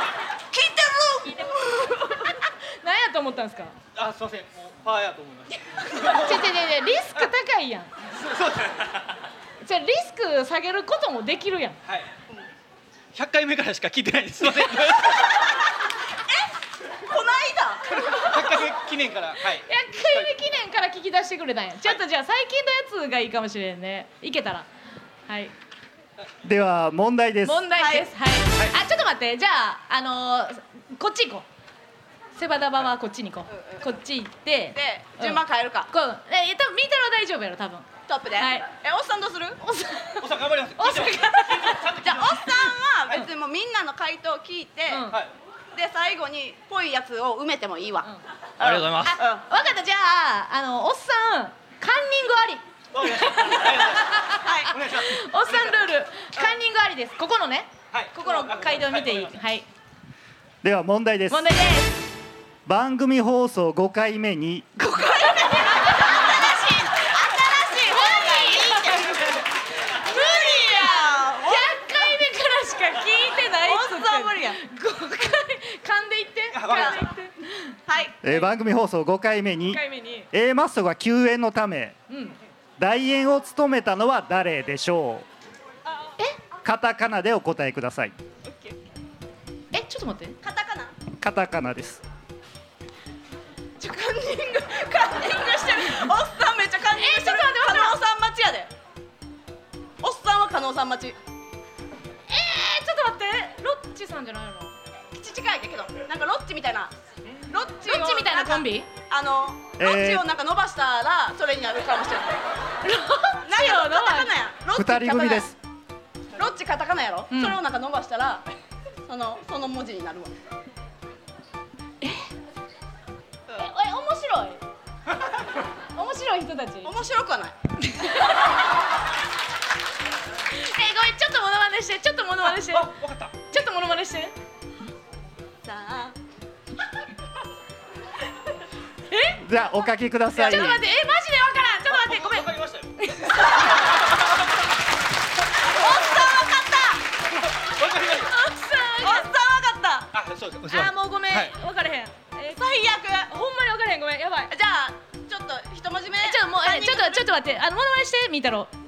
ったんですか。 あ、すいません、もうパーやと思いましたちょちょちょリスク高いやん。 そうですね。 じゃあリスク下げることもできるやん。 はい。ひゃっかいめからしか聞いてないです。すいません。 こないだひゃっかいめ記念から、はい。 ひゃっかいめ記念から聞き出してくれたんや。ちょっとじゃあ最近のやつがいいかもしれんね。いけたら。はい。 では問題です。 問題です。はい。あ、ちょっと待って。じゃああのー、こっち行こう。セバダバはこっちに行こう。こっち行って。 で順番変えるか。 こう、え、多分みーたろう大丈夫やろ多分。 トップで。 はい。 え、おっさんどうする？ おっさん。 おっさん頑張ります。 おっさん。 じゃあおっさんは別にもうみんなの回答を聞いて、 うんはい。 で最後にぽいやつを埋めてもいいわ。 うんありがとうございます。 うん。 わかった。じゃああのおっさんカンニングあり。 わかりました。ありがとうございます。お願いします。 おっさんルールカンニングありです。ここのね。 はい。 ここの回答見ていい。 ははい。 では問題です。 問題です。 番組放送ごかいめに新しい新しい方がいいって。無理や。 ひゃっかいめからしか聞いてないっつって。 おっさん無理や。 ごかい噛んでいって。 あわかりました噛んでいって。 はい。 えー番組放送ごかいめにいっかいめに。 A マッソが休園のためうん。 代演を務めたのは誰でしょう。カタカナでお答えください。 え、ちょっと待って。 カタカナ。 カタカナです。 ちょカンニングカンニングしてる。おっさんめっちゃカンニングしてる。 えちょっと待って加納さん待ちやで。おっさんは加納さん待ち。 えー、ちょっと待って。ロッチさんじゃないの？ 口近いけど、なんかロッチみたいな。ロッチをロッチみたいなコンビ？ あのえーロッチをなんか伸ばしたらそれになるかもしれない。 ロッチをなんかカタカナや。ロッチ二人組です。 ロッチカタカナやろ、 うんそれをなんか伸ばしたらそのその文字になるわ。 え、え、面白い。面白い人たち。え、ごめん、 面白くはない。 ちょっとモノマネして、ちょっとモノマネして。 あ、わかった。 ちょっとモノマネして。 さあえ、 じゃあお書きください。 ちょっと待って、え、マジでわからん。ちょっと待って、ごめん。 わかりましたよ。 おっさんわかったわかりまし奥さん。 おっさんわかった。 た。あ、そうです。 あー、もうごめん、 はい。 わからへん。え、 最悪。 ほんまにわからへん、ごめん、やばい。 じゃあちょっと一文字目。 え、ちょっともう、え、ちょっと、ちょっと待って、あのモノマネして、みーたろう。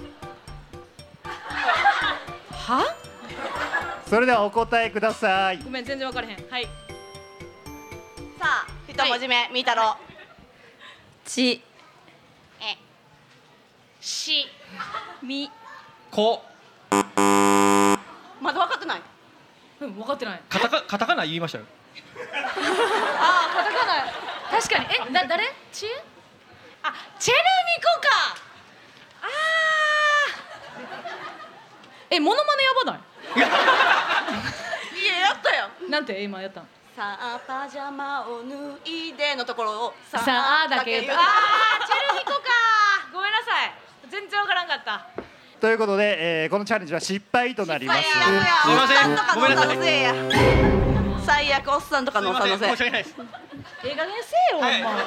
は？ それではお答えください。 ごめん、全然わからへん。はい。 さあ一文字目、みーたろう。 ちえし。 みこ。 まだ分かってない。 うん、分かってない。 カタカカタカナ言いましたよ。 あー、カタカナ。確かに、え、だ、誰？ち。あ、チェルミコか。あー。え、モノマネやばない？ いややったよ。 なんて今やったん？ さあパジャマを脱いでのところをさあだけ。あー、チェルミコか。ごめんなさい。全然わからんかった。 ということで、えーこのチャレンジは失敗となります。 最悪や。 すいませんおっさんとかのおさんのせいや。最悪おっさんとかすいません。 のおさんのせい申し。訳ないです。 ええ加減せえよ、 はいほんま。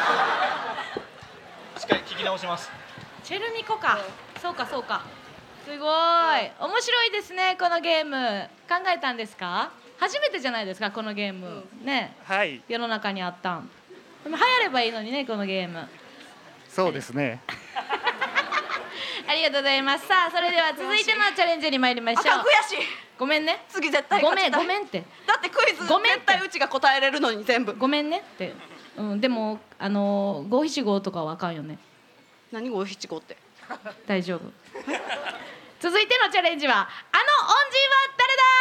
しっかり聞き直します。 チェルミコか。そうかそうか。すごーい。面白いですね、このゲーム。考えたんですか？初めてじゃないですか、このゲーム。ね、 はい、 世の中にあったん。でも流行ればいいのにね、このゲーム。 そうですね。 ありがとうございます。さあ、それでは続いてのチャレンジに参りましょう。 あかん、悔しい。 ごめんね。 次絶対ごめん、 勝ちたい。 ごめんって。 だってクイズごめんって絶対うちが答えれるのに全部。 ごめんねって。うん、でも、あのー、五七五とかはあかんよね。 何五七五って。 大丈夫。続いてのチャレンジは、あの恩人は誰だ。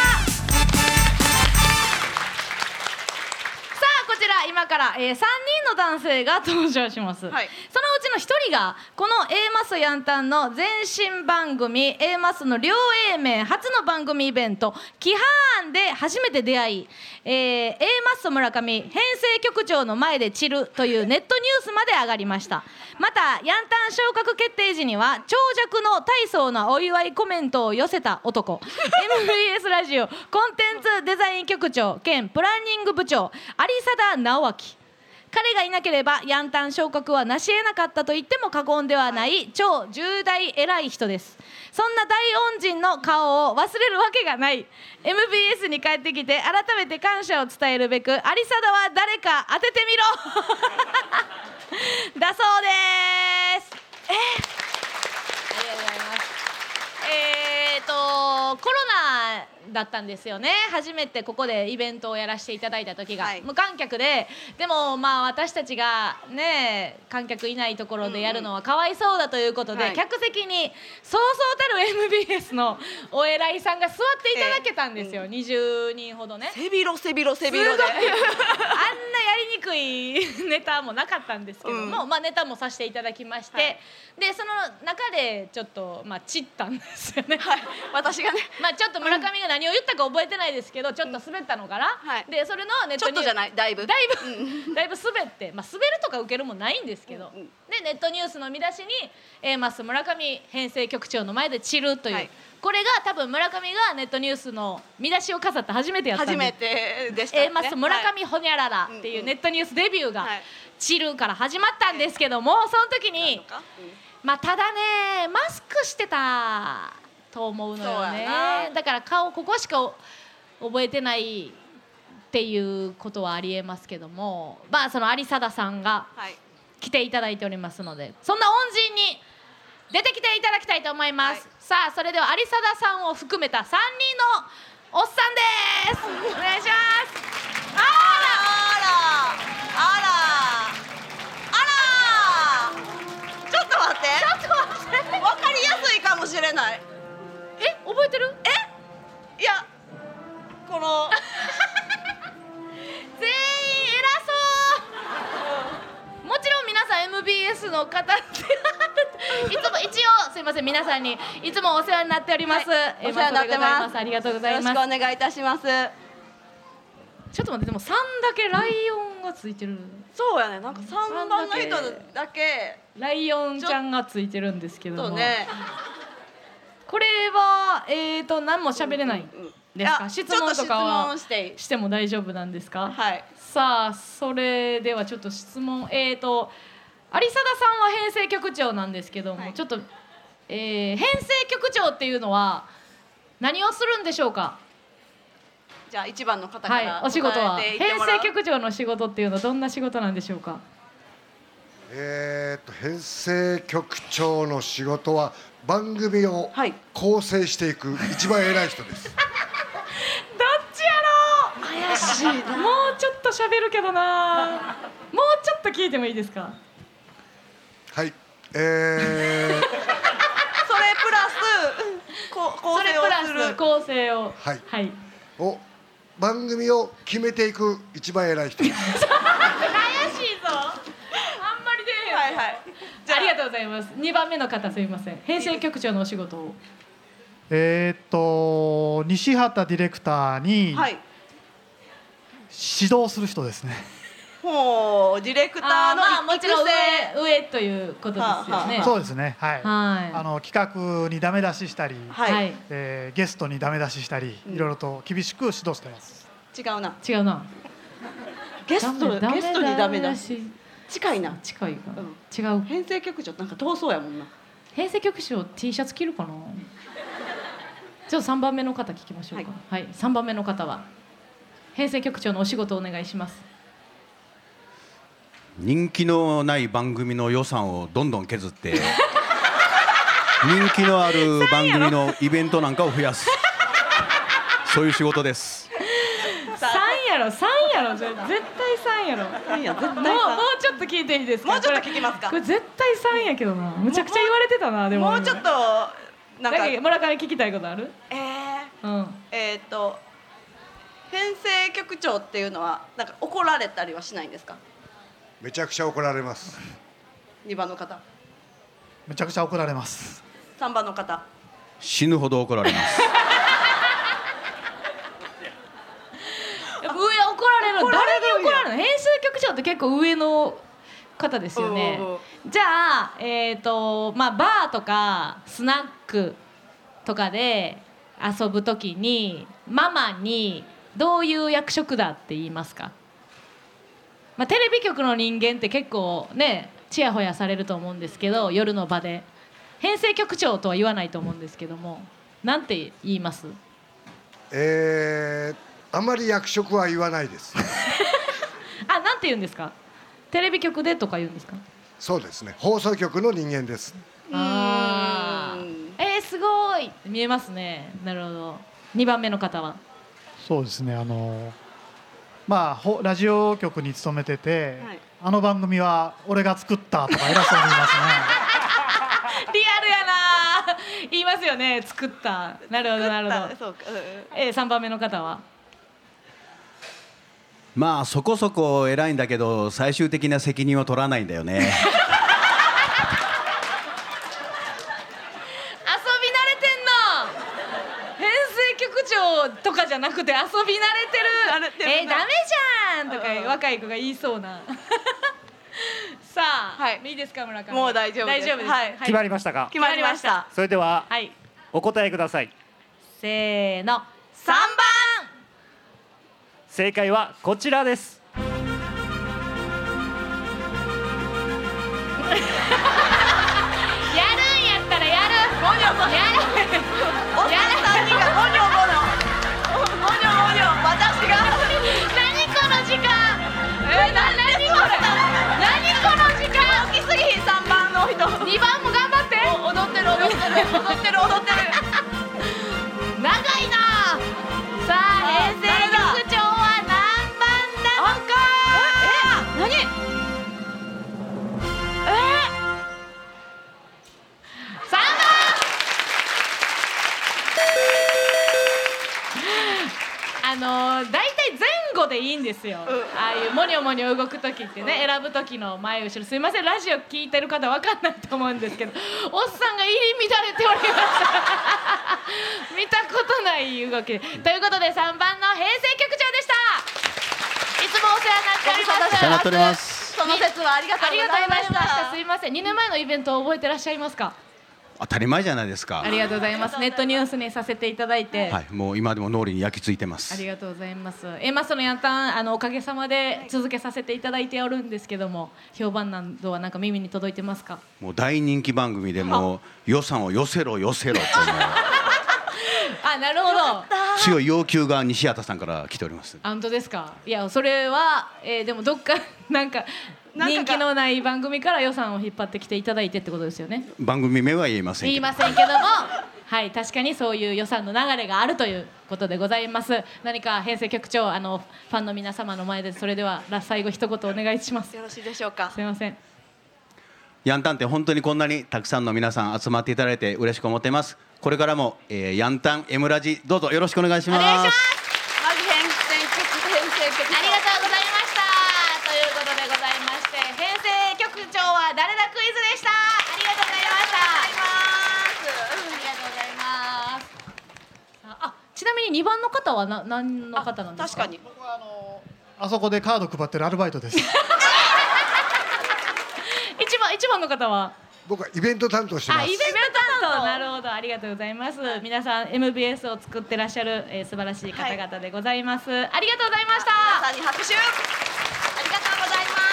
さあ、こちら今から、えー、さんにんの男性が登場します、 はいそのうちのひとりがこの A マスヤンタンの前身番組 A マスの両 A 面初の番組イベントキハーンで初めて出会い、えー、A マス村上編成局長の前で散るというネットニュースまで上がりました。またヤンタン昇格決定時には長尺の大層なお祝いコメントを寄せた男エムビーエス ラジオコンテンツデザイン局長兼プランニング部長有貞直明。 彼がいなければヤンタン昇格は成し得なかったと言っても過言ではない超重大偉い人です。そんな大恩人の顔を忘れるわけがない。 エムビーエス に帰ってきて改めて感謝を伝えるべく有貞は誰か当ててみろだそうです。えー、ありがとうございます。えーとコロナだったんですよね。初めてここでイベントをやらせていただいた時が、はい、無観客で、でもまあ私たちがね観客いないところでやるのはかわいそうだということで、うんうん、客席にそうそうたる エムビーエス のお偉いさんが座っていただけたんですよ、えー、にじゅうにんほどね。 背広背広背広であんなやりにくいネタもなかったんですけども、うん、まあネタもさせていただきまして、はい、でその中でちょっとまあ散ったんですよね、 はい、私がねまあちょっと村上が何を言ったか覚えてないですけどちょっと滑ったのかな、うんはい、でそれのネットニュースちょっとじゃないだいぶだいぶ、うん、だいぶ滑って、まあ、滑るとか受けるもないんですけど、うんうん、でネットニュースの見出しに A マス村上編成局長の前で散るという、はい、これが多分村上がネットニュースの見出しを飾って初めてやったんで初めてでしたね。 A マス村上ほにゃららっていうネットニュースデビューが散るから始まったんですけども、その時にまあただねマスクしてたと思うのよね。だから顔ここしか覚えてないっていうことはありえますけども、まあその有貞さんが来ていただいておりますので、そんな恩人に出てきていただきたいと思います、はい、さあそれでは有貞さんを含めたさんにんのおっさんです。お願いします。あらあらあらあらちょっと待ってちょっと待って分かりやすいかもしれない。 え覚えてる？ えいやこの全員偉そう、うん、もちろん皆さん エムビーエス の方いつも一応すいません皆さんにいつもお世話になっております、はい、 お世話になってます。 ありがとうございます。 よろしくお願いいたします。 ちょっと待って、でもさんだけライオンがついてる。 そうやね、なんかさんばんの人だけライオンちゃんがついてるんですけども、 そうね、 これはえーと何も喋れないですか？質問とかはしてしても大丈夫なんですか？ はい。 さあそれではちょっと質問、えーと有貞さんは編成局長なんですけども、はい、ちょっと、えー、編成局長っていうのは何をするんでしょうか？ じゃあいちばんの方からはい、お仕事は編成局長の仕事っていうのはどんな仕事なんでしょうか？ えーと編成局長の仕事は番組を構成していく一番偉い人です。 どっちやろう？ 怪しいな。 もうちょっと喋るけどな。もうちょっと聞いてもいいですか？ はい、えー、 それプラスこ構成をする構成をはい、 はい、 を番組を決めていく一番偉い人です。 怪しいぞ。あんまりで、 はいはい、 ありがとうございます。にばんめの方すみません。編成局長のお仕事を。 えー、っと西畑ディレクターに指導する人ですね。 ほう、ディレクターのまあもちろん上上ということですよね。 そうですね。はい。 はい、 あの企画にダメ出ししたり、 はい、 えー、ゲストにダメ出ししたり、うん、いろいろと厳しく指導してます。 違うな。 違うな。 ゲストゲストにダメ出し。近いな。 近いか、うん、違う。 編成局長なんか遠そうやもんな。 編成局長 T シャツ着るかな。ちょっとさんばんめの方聞きましょうか。はい、はい、さんばんめの方は編成局長のお仕事をお願いします。 人気のない番組の予算をどんどん削って人気のある番組のイベントなんかを増やすそういう仕事です。 さんやろさんやろ絶対さんやろ。 いや絶対さん。 もうもうちょっと聞いていいですか？ もうちょっと聞きますか？ これ絶対さんやけどな。むちゃくちゃ言われてたな。でももうちょっとなんか村上聞きたいことある？ えー、 うん、 えー、っと編成局長っていうのはなんか怒られたりはしないんですか？ めちゃくちゃ怒られます。 にばんの方。 めちゃくちゃ怒られます。 さんばんの方。 死ぬほど怒られます。 上怒られる。誰に怒られるの？編成局長って結構上の方ですよね。じゃあえっとまあバーとかスナックとかで遊ぶときにママにどういう役職だって言いますか？ まあ、テレビ局の人間って結構ねちやほやされると思うんですけど、夜の場で編成局長とは言わないと思うんですけども、なんて言います？ えー、あまり役職は言わないですあ、なんて言うんですか？テレビ局でとか言うんですか？ そうですね、放送局の人間です。 あー、えー、すごい見えますね。なるほど。にばんめの方は？ そうですね、あのまあほラジオ局に勤めてて、はい、あの番組は俺が作ったとか偉そうに言いますねリアルやな、言いますよね、作った。なるほどなるほど。そうか、うん、えー、さんばんめの方は？ まあそこそこ偉いんだけど最終的な責任を取らないんだよねとかじゃなくて遊び慣れてる、えー、ダメじゃんとか若い子が言いそうなさあ、はい、いいですか村上？ もう大丈夫です。大丈夫です、はい、 決まりましたか？ 決まりました。 それでは、はい、お答えください。 せーの、さんばん。 正解はこちらです。 やるんやったらやる。ゴニョゴニョやる。 おっさんにんがゴニョゴニョゴニョゴニョ、私が何この時間、えー、な何これ何この時間、 起きすぎ。さんばんの人、 にばんも頑張って。 踊ってる踊ってる踊ってる踊ってる長いな。さあ編成局長は何番なのか。 え、何？ えー、さんばん。あのー、大体前後でいいんですよ、うん、ああいうモニョモニョ動く時ってね、選ぶ時の前後ろ、すいませんラジオ聞いてる方分かんないと思うんですけど、おっさんが入り乱れておりました見たことない動きで。ということでさんばんの編成局長でした。いつもお世話になっております。 お世話になっております。 その説はありがとうございました。 すいません、にねんまえのイベントを覚えてらっしゃいますか？ 当たり前じゃないですか。 ありがとうございます。ネットニュースにさせていただいて、 はい、もう今でも脳裏に焼き付いてます。 ありがとうございます。えマストのヤンタン、あのおかげさまで続けさせていただいておるんですけども、評判などはなんか耳に届いてますか？ もう大人気番組でも予算を寄せろ寄せろとあ、なるほど。 強い要求が西畑さんから来ております。 本当ですか？いやそれは、えー、でもどっかなんか人気のない番組から予算を引っ張ってきていただいてってことですよね。 番組名は言いませんけど。 言いませんけどもはい、確かにそういう予算の流れがあるということでございます。何か編成局長、あのファンの皆様の前でそれでは最後一言お願いします。 よろしいでしょうか？ すいません。 ヤンタンって本当にこんなにたくさんの皆さん集まっていただいて嬉しく思っています。これからも、えー、ヤンタン M ラジどうぞよろしくお願いします。 お願いします。 マジ編成局編成局ありがとうございました。ということでございまして、編成局長は誰だクイズでした。ありがとうございました。ありがとうございます。あ、ちなみににばんの方はな何の方なんですか？ 確かに僕はあのあそこでカード配ってるアルバイトです一番一番の方は？ 僕はイベント担当してます。 あ、イベント担当。なるほど、ありがとうございます。皆さん エムビーエス を作ってらっしゃる、えー、素晴らしい方々でございます、はい、ありがとうございました。 皆さんに拍手ありがとうございます。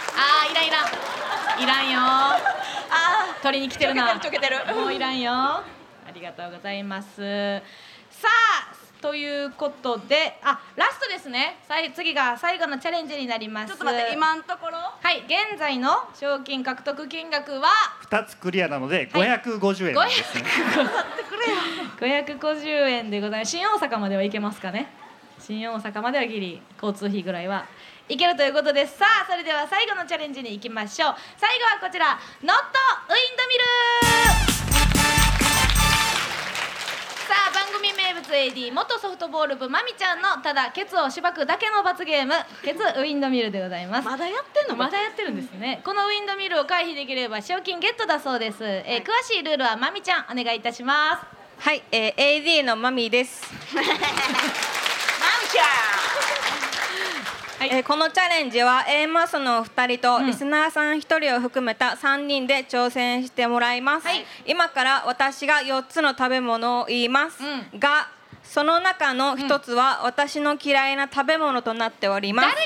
あー、いらんいらんいらんよあー、取りに来てるな。 ちょけてるちょけてるもういらんよ。ありがとうございます。さあということで、あ、ラストですね。次が最後のチャレンジになります。 ちょっと待って、今のところはい、現在の賞金獲得金額はふたつクリアなのでごひゃくごじゅうえんですね。 ごひゃくごじゅうえんでございます。新大阪までは行けますかね。新大阪まではギリ交通費ぐらいはいけるということです。さあそれでは最後のチャレンジに行きましょう。最後はこちら、ノットウィンドミル。さあ番組名物 エーディー 元ソフトボール部まみちゃんのただケツをしばくだけの罰ゲーム、ケツウィンドミルでございます。 まだやってんの？ まだやってるんですね。このウィンドミルを回避できれば賞金ゲットだそうです。えー、詳しいルールはまみちゃんお願いいたします。 はい、えー、エーディー のまみですまみちゃんはい、えー、このチャレンジは A マスのふたりとリスナーさんひとりを含めたさんにんで挑戦してもらいます、はい、今から私がよっつの食べ物を言います、うん、がその中のひとつは私の嫌いな食べ物となっております。 誰が興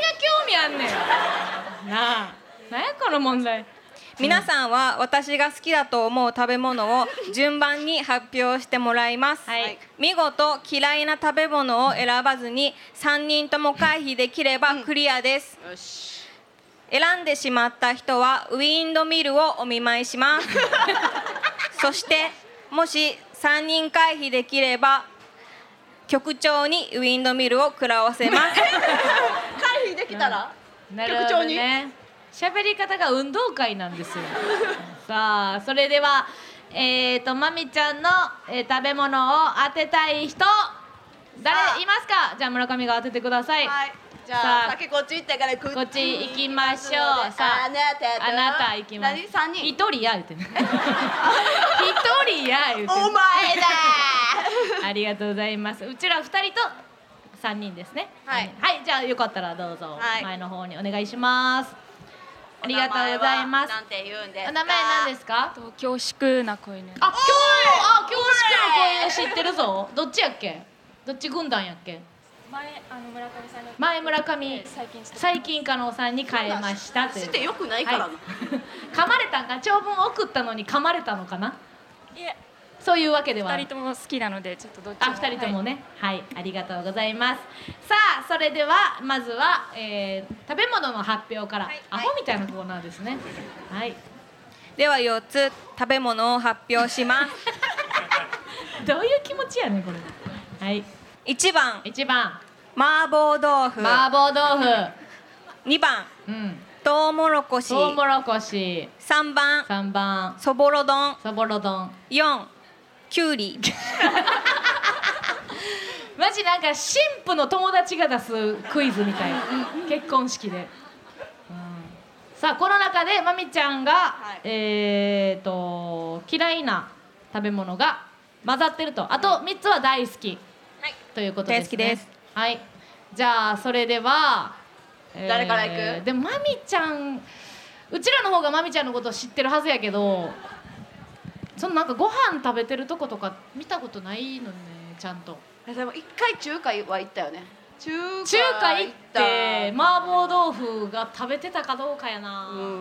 味あんねんなあ。何やこの問題。 皆さんは私が好きだと思う食べ物を順番に発表してもらいます、はい、見事嫌いな食べ物を選ばずにさんにんとも回避できればクリアです、うん、よし。選んでしまった人はウィンドミルをお見舞いしますそしてもしさんにん回避できれば局長にウィンドミルを食らわせます回避できたら、 うん、局長に喋り方が運動会なんですよさあそれではえーとまみちゃんの、えー、食べ物を当てたい人誰いますか。じゃあ村上が当ててください。 はい、じゃあ先こっち行ってからこっち行きましょう。さああなたあなた行きます。 何三人。 一人や言ってね一人や言ってお前だありがとうございます。うちら二人と三人ですね。 はい、 はい、じゃあよかったらどうぞ、はい、前の方にお願いします。ありがとうございます。 なんて言うんですか。 お名前なんですか。 恐縮な子犬。 あ、恐あ恐縮の子犬知ってるぞ。どっちやっけ。どっち軍団やっけ。 前あの村上さんの前村上最近最近加納さんに変えましたという。 してよくないからな、はい、 噛まれたんか。長文送ったのに噛まれたのかな。 いえ、 そういうわけでは。 二人とも好きなのでちょっとどっちも。 あ、二人ともね、はい、はい、ありがとうございます。さあそれではまずは、えー、食べ物の発表から、はい、アホみたいなコーナーですね。はい。 ではよっつ食べ物を発表しますどういう気持ちやねんこれ。はい。 いちばん一番麻婆豆腐。 麻婆豆腐。 にばん、 うん、 トウモロコシ。 トウモロコシ。 さんばん、 さんばんそぼろ丼。 そぼろ丼。 よん、きゅうりマジなんか新婦の友達が出すクイズみたいな結婚式で、うん、さあこの中でまみちゃんが、はい、えーと嫌いな食べ物が混ざってると。あとみっつは大好き、はい、ということですね。 大好きです。 はい、じゃあそれでは、 えー、誰からいく。 でもまみちゃんうちらの方がまみちゃんのことを知ってるはずやけど、そのなんかご飯食べてるとことか見たことないのねちゃんと。 でも一回中華は行ったよね。 中華中華行って麻婆豆腐が食べてたかどうかやな。うん、うん、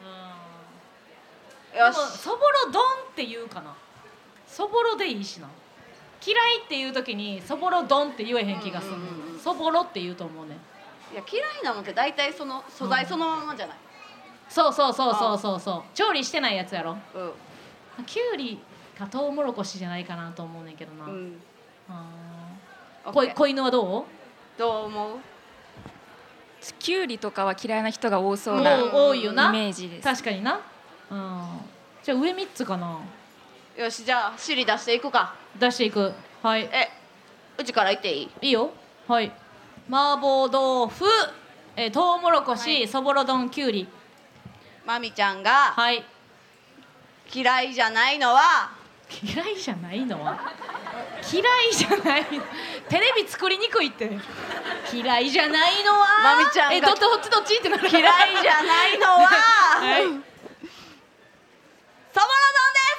でもそぼろ丼って言うかな。そぼろでいいしな。嫌いっていう時にそぼろ丼って言えへん気がする、うんうん、そぼろって言うと思うね。 いや嫌いなもんって大体その素材そのままじゃない、うん、 そうそうそうそうそうそう調理してないやつやろ、うん、きゅうりかとうもろこしじゃないかなと思うねんけどな、うん、あこ子犬はどうどう思う。 きゅうりとかは嫌いな人が多そうな多いよなイメージです。 確かにな、うん、じゃあ上みっつかな。 よしじゃあ尻出していくか。 出していく。はい。 えうちから言っていい。 いいよ。はい。麻婆豆腐、えー、とうもろこし、はい、そぼろ丼、きゅうり。 まみちゃんが、 はい、 嫌いじゃないのは。 嫌いじゃないのは嫌いじゃないテレビ作りにくいって。嫌いじゃないのはまみちゃんがえどっちどっちどっちってなる。 嫌いじゃないのは、はい、そぼろ丼です。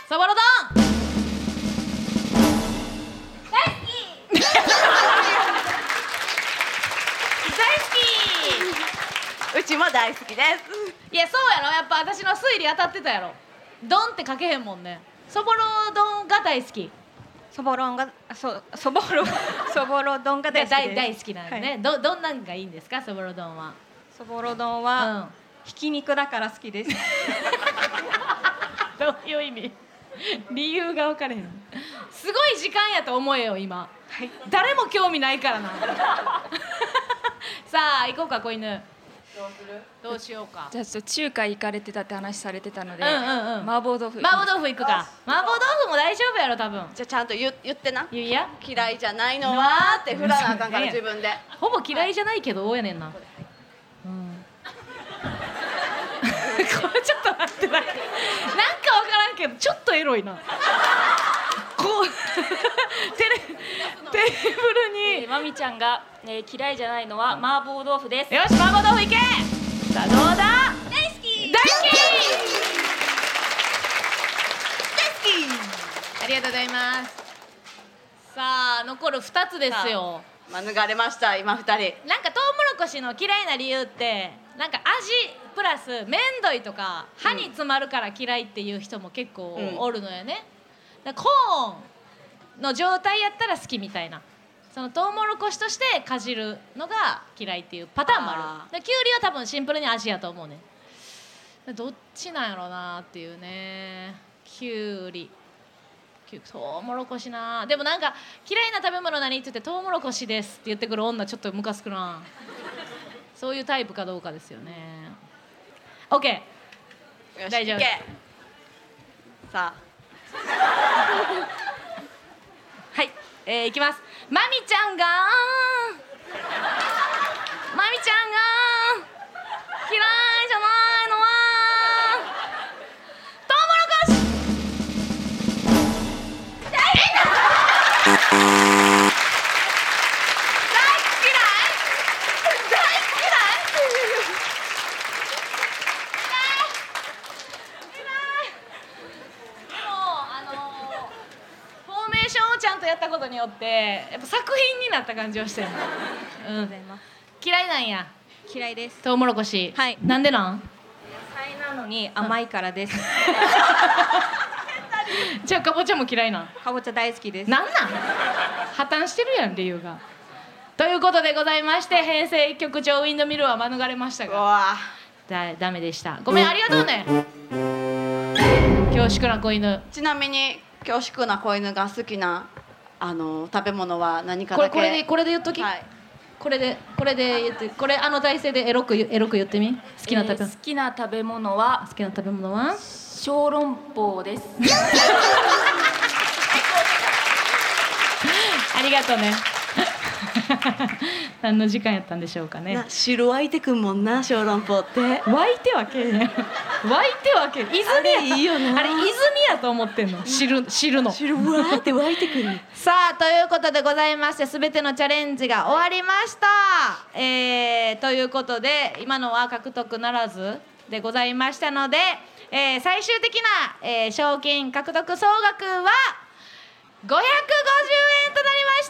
そぼろ丼大好き大好きうちも大好きです。 いやそうやろ。やっぱ私の推理当たってたやろ。丼って書けへんもんね。そぼろ丼が大好き。 そぼろんがそうそぼろそぼろ丼が大好きです。 大好きなんですね、はい、どどんなんがいいんですか。そぼろ丼は。 そぼろ丼は、うん、ひき肉だから好きですどういう意味理由が分かれへん。すごい時間やと思えよ今、はい、誰も興味ないからなさあ行こうか子犬。どうするどうしようか。 じゃあちょっと中華行かれてたって話されてたので、うんうんうん、 麻婆豆腐麻婆豆腐行くか。麻婆豆腐も大丈夫やろ多分。 じゃあちゃんと 言, 言ってな。 言いや嫌いじゃないのはって振らなあかんから自分で。 ほぼ嫌いじゃないけど多やねんな、うん、これちょっと待ってなんか分からんけどちょっとエロいなこうテレテーブルに、 えー、まみちゃんが、えー、嫌いじゃないのは麻婆豆腐です。 よし麻婆豆腐いけ。さあどうだ。 大好き大好き大好き。 ありがとうございます。さあ残るふたつですよ。 免れました今二人。 なんかトウモロコシの嫌いな理由ってなんか味プラスめんどいとか歯に詰まるから嫌いっていう人も結構おるのよね、うん、だからコーンの状態やったら好きみたいな、そのトウモロコシとしてかじるのが嫌いっていうパターンもある。でキュウリは多分シンプルに味やと思うね。どっちなんやろうなっていうね。キュウリトウモロコシな。でもなんか嫌いな食べ物何って言ってトウモロコシですって言ってくる女ちょっとムカつくな。そういうタイプかどうかですよね。 OK 大丈夫。 さあはい、えー、いきます。マミちゃんがマミちゃんが嫌いじゃないのはトウモロコシ。ちゃんとやったことによってやっぱ作品になった感じをしてる、うん、嫌いなんや。 嫌いです。 トウモロコシ。 はい。 なんでなん？ 野菜なのに甘いからです。 じゃあかぼちゃも嫌いなん？ かぼちゃ大好きです。 なんなん？破綻してるやん理由が。ということでございまして編成曲調ウィンドミルは免れましたがだダメでした。ごめん、ありがとうね。恐縮な子犬。 ちなみに恐縮な子犬が好きなあの食べ物は何かだけ。 これこれでこれで言っとき、はい、これでこれで言って、これあの体勢でエロくエロく言ってみ。好きな食べ物、 えー、好きな食べ物は好きな食べ物は小籠包です。 ありがとうね。何の時間やったんでしょうかね。 な汁湧いてくんもんな小籠包って。 湧いてはけえへん。湧いてはけえ。泉や。あれいいよな。あれ泉やと思ってんの。汁汁の。 汁わーって湧いてくる。 さあということでございましてすべてのチャレンジが終わりました。えー、ということで今のは獲得ならずでございましたので、えー、最終的な、えー、賞金獲得総額はごひゃくごじゅうえんとなりました。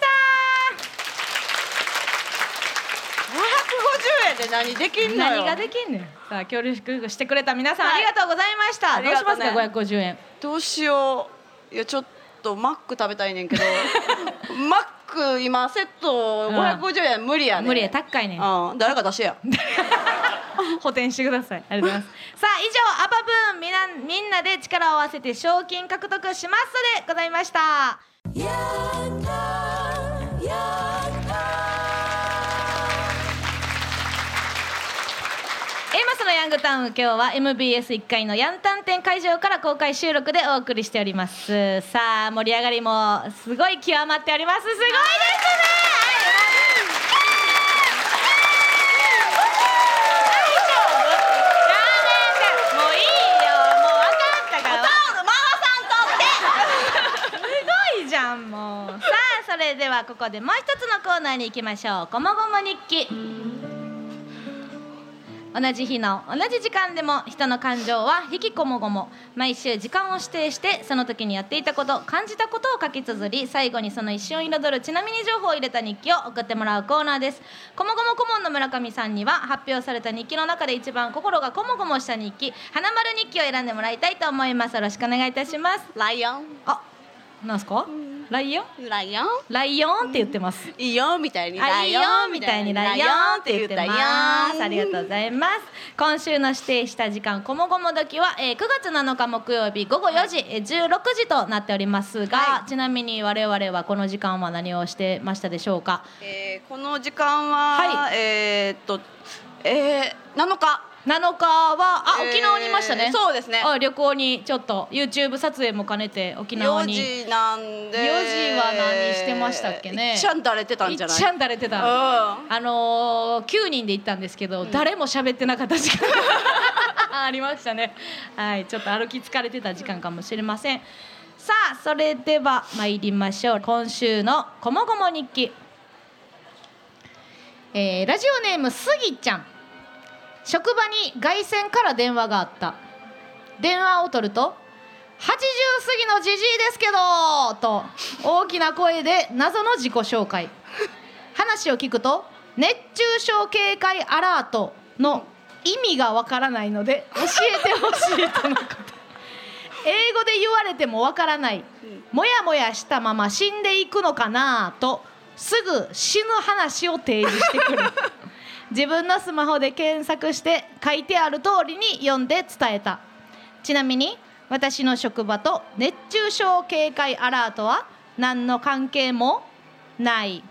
ごひゃくごじゅうえんで何できんのよ。 何ができんねん。さあ協力してくれた皆さん、はい、ありがとうございました。どうしますか、ごひゃくごじゅうえん。 どうしよう。いやちょっとマック食べたいねんけどマック今セットごひゃくごじゅうえん無理やねん。 無理や、高いねん。 うん、誰か出してや補填してください。ありがとうございますさあ以上アパブーンみんなみんなで力を合わせて賞金獲得しますでございました。やったやったエマスのヤングタウン、今日は エムビーエスいっ 階のヤンタン店会場から公開収録でお送りしております。さあ盛り上がりもすごい極まっております。すごいですね。それではここでもう一つのコーナーに行きましょう。こもごも日記。同じ日の同じ時間でも人の感情は引きこもごも。毎週時間を指定してその時にやっていたこと、感じたことを書き綴り、最後にその一瞬を彩るちなみに情報を入れた日記を送ってもらうコーナーです。こもごも顧問の村上さんには発表された日記の中で一番心がこもごもした日記、花丸日記を選んでもらいたいと思います。よろしくお願いいたします。 ライオン。 あ、なんすか？ライオン？ ライオン？ ライオンって言ってます。 いいよみたいにライオンみたいにライオンって言ってます。ありがとうございます。今週の指定した時間こもごも時は、えー、くがつなのか木曜日ごごよじ、えー、じゅうろくじとなっておりますが、はい、ちなみに我々はこの時間は何をしてましたでしょうか？ えー、この時間は、はい、えー、っと、えー、なのかなのかはあ、えー、沖縄にいましたね。 そうですね。 あ、旅行にちょっと YouTube 撮影も兼ねて沖縄に。 よじなんで。 よじは何してましたっけね。 いっちゃんだれてたんじゃない？ いっちゃんだれてた。うん、あのー、きゅうにんで行ったんですけど、うん、誰も喋ってなかった時間ありましたね。はい、ちょっと歩き疲れてた時間かもしれません。さあそれでは参りましょう。今週のこもごも日記、えー、ラジオネームすぎちゃん。職場に外線から電話があった。電話を取るとはちじゅう過ぎのじじいですけどと大きな声で謎の自己紹介。話話を聞くと熱中症警戒アラートの意味がわからないので教えてほしいとのこと英語で言われてもわからない、もやもやしたまま死んでいくのかなとすぐ死ぬ話を提示してくる自分のスマホで検索して書いてある通りに読んで伝えた。ちなみに私の職場と熱中症警戒アラートは何の関係もない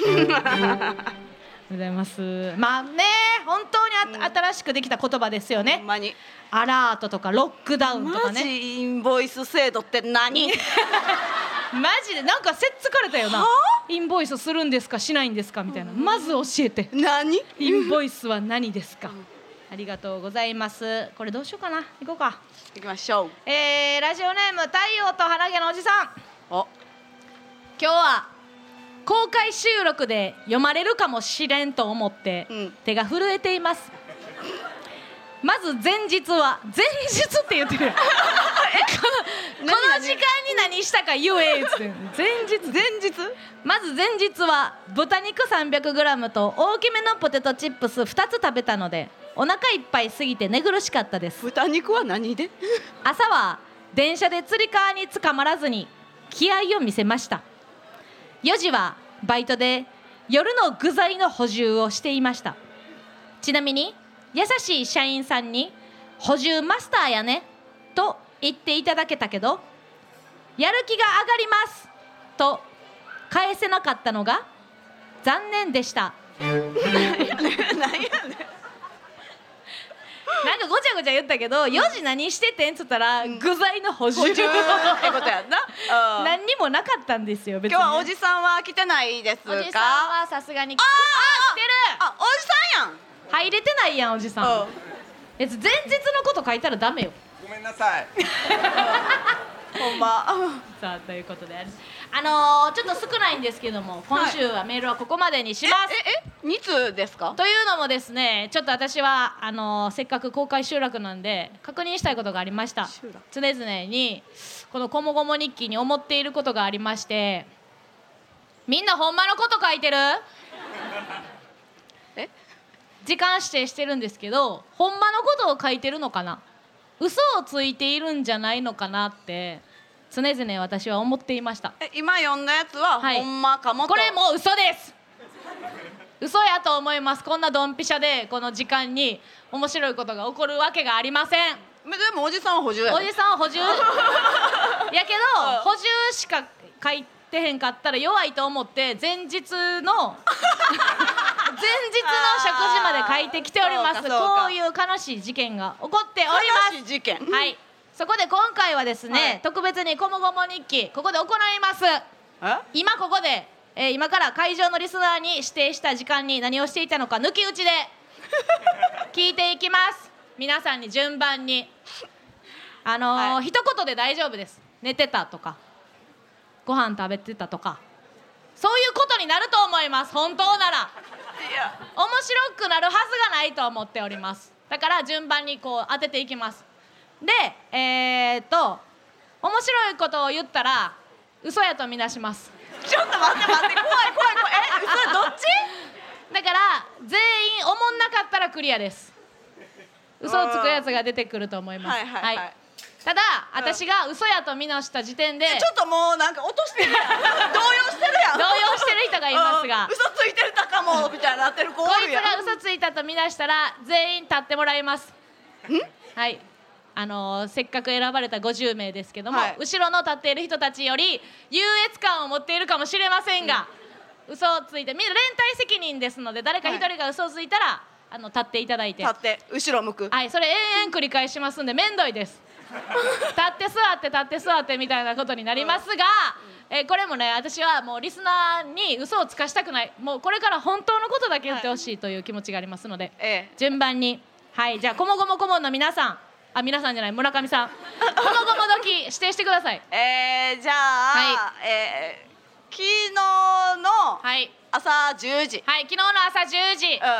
ございます。まあね、本当にあ、うん、新しくできた言葉ですよね。 ほんまにアラートとかロックダウンとかね。 マジインボイス制度って何マジでなんかせっつかれたよな。インボイスするんですかしないんですかみたいな、まず教えて。 何インボイスは何ですか、うん、ありがとうございます。これどうしようかな、行こうか、 行きましょう。 えー、ラジオネーム太陽と鼻毛のおじさん。 お、 今日は公開収録で読まれるかもしれんと思って手が震えています、うん、まず前日は前日って言ってるこの時間に何したか言えっつって前日前日まず前日は豚肉 さんびゃくグラム と大きめのポテトチップスふたつ食べたのでお腹いっぱいすぎて寝苦しかったです。 豚肉は何で朝は電車でつり革につかまらずに気合を見せました。よじはバイトで夜の具材の補充をしていました。ちなみに優しい社員さんに補充マスターやねと言っていただけたけど、やる気が上がりますと返せなかったのが残念でした。何やねんなんかごちゃごちゃ言ったけど、よじ何しててんっつったら、うん、具材の補充ってことやんな何にもなかったんですよ。別に今日はおじさんは来てないですか。 おじさんはさすがに来てあ来てる。 あ、おじさんやん。 入れてないやんおじさん。前日のこと書いたらダメよ。 ごめんなさいほんまさあということであのー、ちょっと少ないんですけども今週はメールはここまでにします。 えええに通ですか。 というのもですね、ちょっと私はあのー、せっかく公開収録なんで確認したいことがありました。常々にこのこもごも日記に思っていることがありまして、みんなほんまのこと書いてるえ時間指定してるんですけど、ほんまのことを書いてるのかな、嘘をついているんじゃないのかなって常々私は思っていました。 え今読んだやつは、はい、ほんまかもと。 これもう嘘です。嘘やと思います。こんなドンピシャでこの時間に面白いことが起こるわけがありません。 でもおじさんは補充や、ね、 おじさんは補充やけど補充しか書いてへんかったら弱いと思って前日の前日の食事まで書いてきております。こういう悲しい事件が起こっております。 悲しい事件、 はい、そこで今回はですね、はい、特別にこもごも日記ここで行います。今ここで、えー、今から会場のリスナーに指定した時間に何をしていたのか抜き打ちで聞いていきます皆さんに順番にあのーはい、一言で大丈夫です。寝てたとかご飯食べてたとかそういうことになると思います。本当ならいや面白くなるはずがないと思っております。だから順番にこう当てていきます。でえー、っと面白いことを言ったら嘘やとみなします。 ちょっと待って待って怖い怖い怖いえ嘘どっちだから全員おもんなかったらクリアです。嘘をつくやつが出てくると思います。 はいはいはい、はい、 ただ、うん、私が嘘やとみなした時点でちょっともうなんか落としてるやん動揺してるやん動揺してる人がいますが、 うん、嘘ついてるたかもみたいになってる子おるやん。 こいつが嘘ついたとみなしたら全員立ってもらいます。んはいあのー、せっかく選ばれたごじゅうめいですけども、はい、後ろの立っている人たちより優越感を持っているかもしれませんが、うん、嘘をついてみんな連帯責任ですので誰か一人が嘘をついたら、はい、あの立っていただいて立って後ろ向く、 はい、それ延々繰り返しますんでめんどいです立って座って立って座ってみたいなことになりますが、うん、えー、これもね私はもうリスナーに嘘をつかしたくない、もうこれから本当のことだけ言ってほしいという気持ちがありますので、はい、順番にはいじゃあこもごも顧問の皆さんあ皆さんじゃない村上さんこもごも時指定してください。 えー、じゃあ、はいえー、昨日の朝じゅうじ、 はい、はい、昨日の朝じゅうじ、 うん、